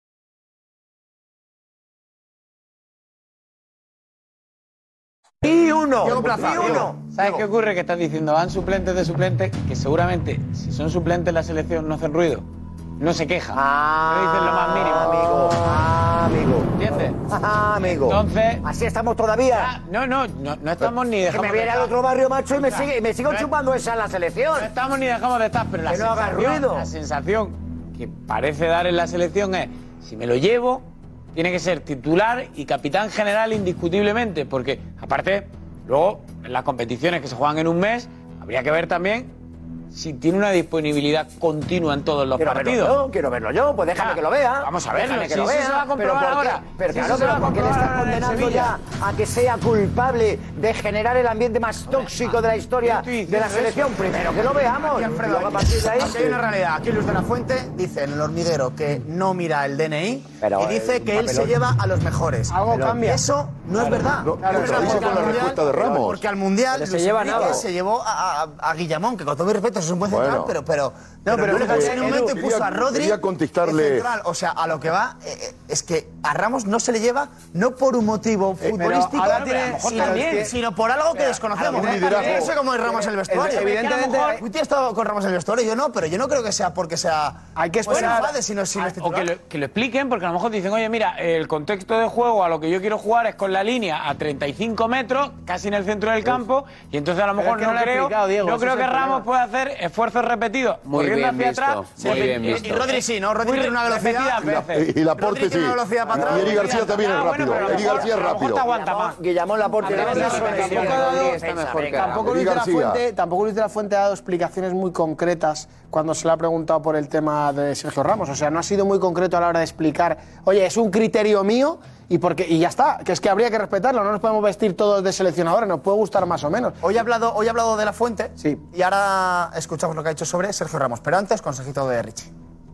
Ni uno. ¿Sabes qué ocurre? Que estás diciendo, van suplentes de suplentes, que seguramente, si son suplentes en la selección, no hacen ruido. No se quejan. No dicen lo más mínimo. Amigo. ¿Entiendes? Amigo. Entonces... ¿Así estamos todavía? No estamos ni dejamos que me viene al otro barrio, macho, y me sigo chupando esa en la selección. No estamos ni dejamos de estar, pero la sensación que parece dar en la selección es, si me lo llevo, tiene que ser titular y capitán general indiscutiblemente, porque aparte, luego, en las competiciones que se juegan en un mes, habría que ver también si tiene una disponibilidad continua en todos los partidos. Quiero verlo yo, pues déjame que lo vea. Vamos a verlo, que lo vea. Se va a comprobar ahora. Pero claro, porque le estás condenando ya a que sea culpable de generar el ambiente más tóxico de la historia de la selección. Primero que lo veamos. Aquí, Alfredo, a partir de ahí. Aquí hay una realidad. Aquí Luis de la Fuente dice en el hormiguero que no mira el DNI y dice que él se lleva a los mejores. Algo cambia. Eso no es verdad. Claro, lo dice con la respuesta de Ramos. Porque al Mundial se llevó a Guillamón, que con todo mi respeto es un buen central, pero en un momento puso a Rodri quería contestarle. Central. O sea, a lo que va es que a Ramos no se le lleva no por un motivo futbolístico, sino por algo que desconocemos. No sé cómo es Ramos en el vestuario. Evidentemente, Guti ha estado con Ramos en el vestuario, yo no, pero yo no creo que sea porque sea. Hay que esperar. Sino es titular. O que lo expliquen, porque a lo mejor dicen, oye, mira, el contexto de juego a lo que yo quiero jugar es con la línea a 35 metros, casi en el centro del campo, y entonces a lo mejor no creo que Ramos pueda hacer esfuerzos repetidos corriendo hacia atrás. Y Rodri sí, ¿no? Rodri tiene una velocidad. Y Laporte sí. Y Eri García también es rápido. Eri García es rápido. Guillamón, Laporte. Tampoco Luis de la Fuente ha dado explicaciones muy concretas cuando se le ha preguntado por el tema de Sergio Ramos. O sea, no ha sido muy concreto a la hora de explicar, oye, es un criterio mío y ya está, que es que habría que respetarlo, no nos podemos vestir todos de seleccionadores, nos puede gustar más o menos. Hoy ha hablado de la Fuente, sí, y ahora escuchamos lo que ha dicho sobre Sergio Ramos, pero antes, consejito de Richie.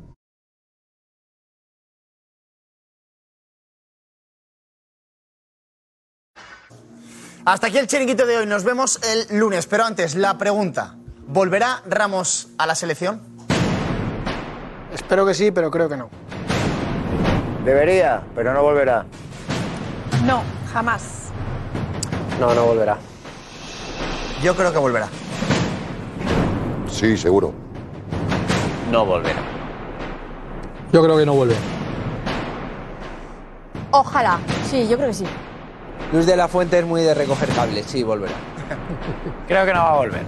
Hasta aquí el chiringuito de hoy, nos vemos el lunes, pero antes, la pregunta, ¿volverá Ramos a la selección? Espero que sí, pero creo que no. Debería, pero no volverá. No, jamás. No volverá. Yo creo que volverá. Sí, seguro. No volverá. Yo creo que no vuelve. Ojalá. Sí, yo creo que sí. Luis de la Fuente es muy de recoger cables, sí, volverá. Creo que no va a volver.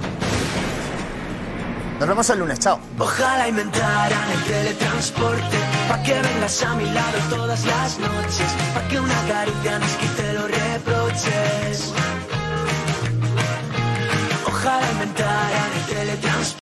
Nos vemos el lunes, chao. Ojalá inventaran el teletransporte, pa' que vengas a mi lado todas las noches, pa' que una caricia nos quite los reproches. Ojalá inventaran el teletransporte.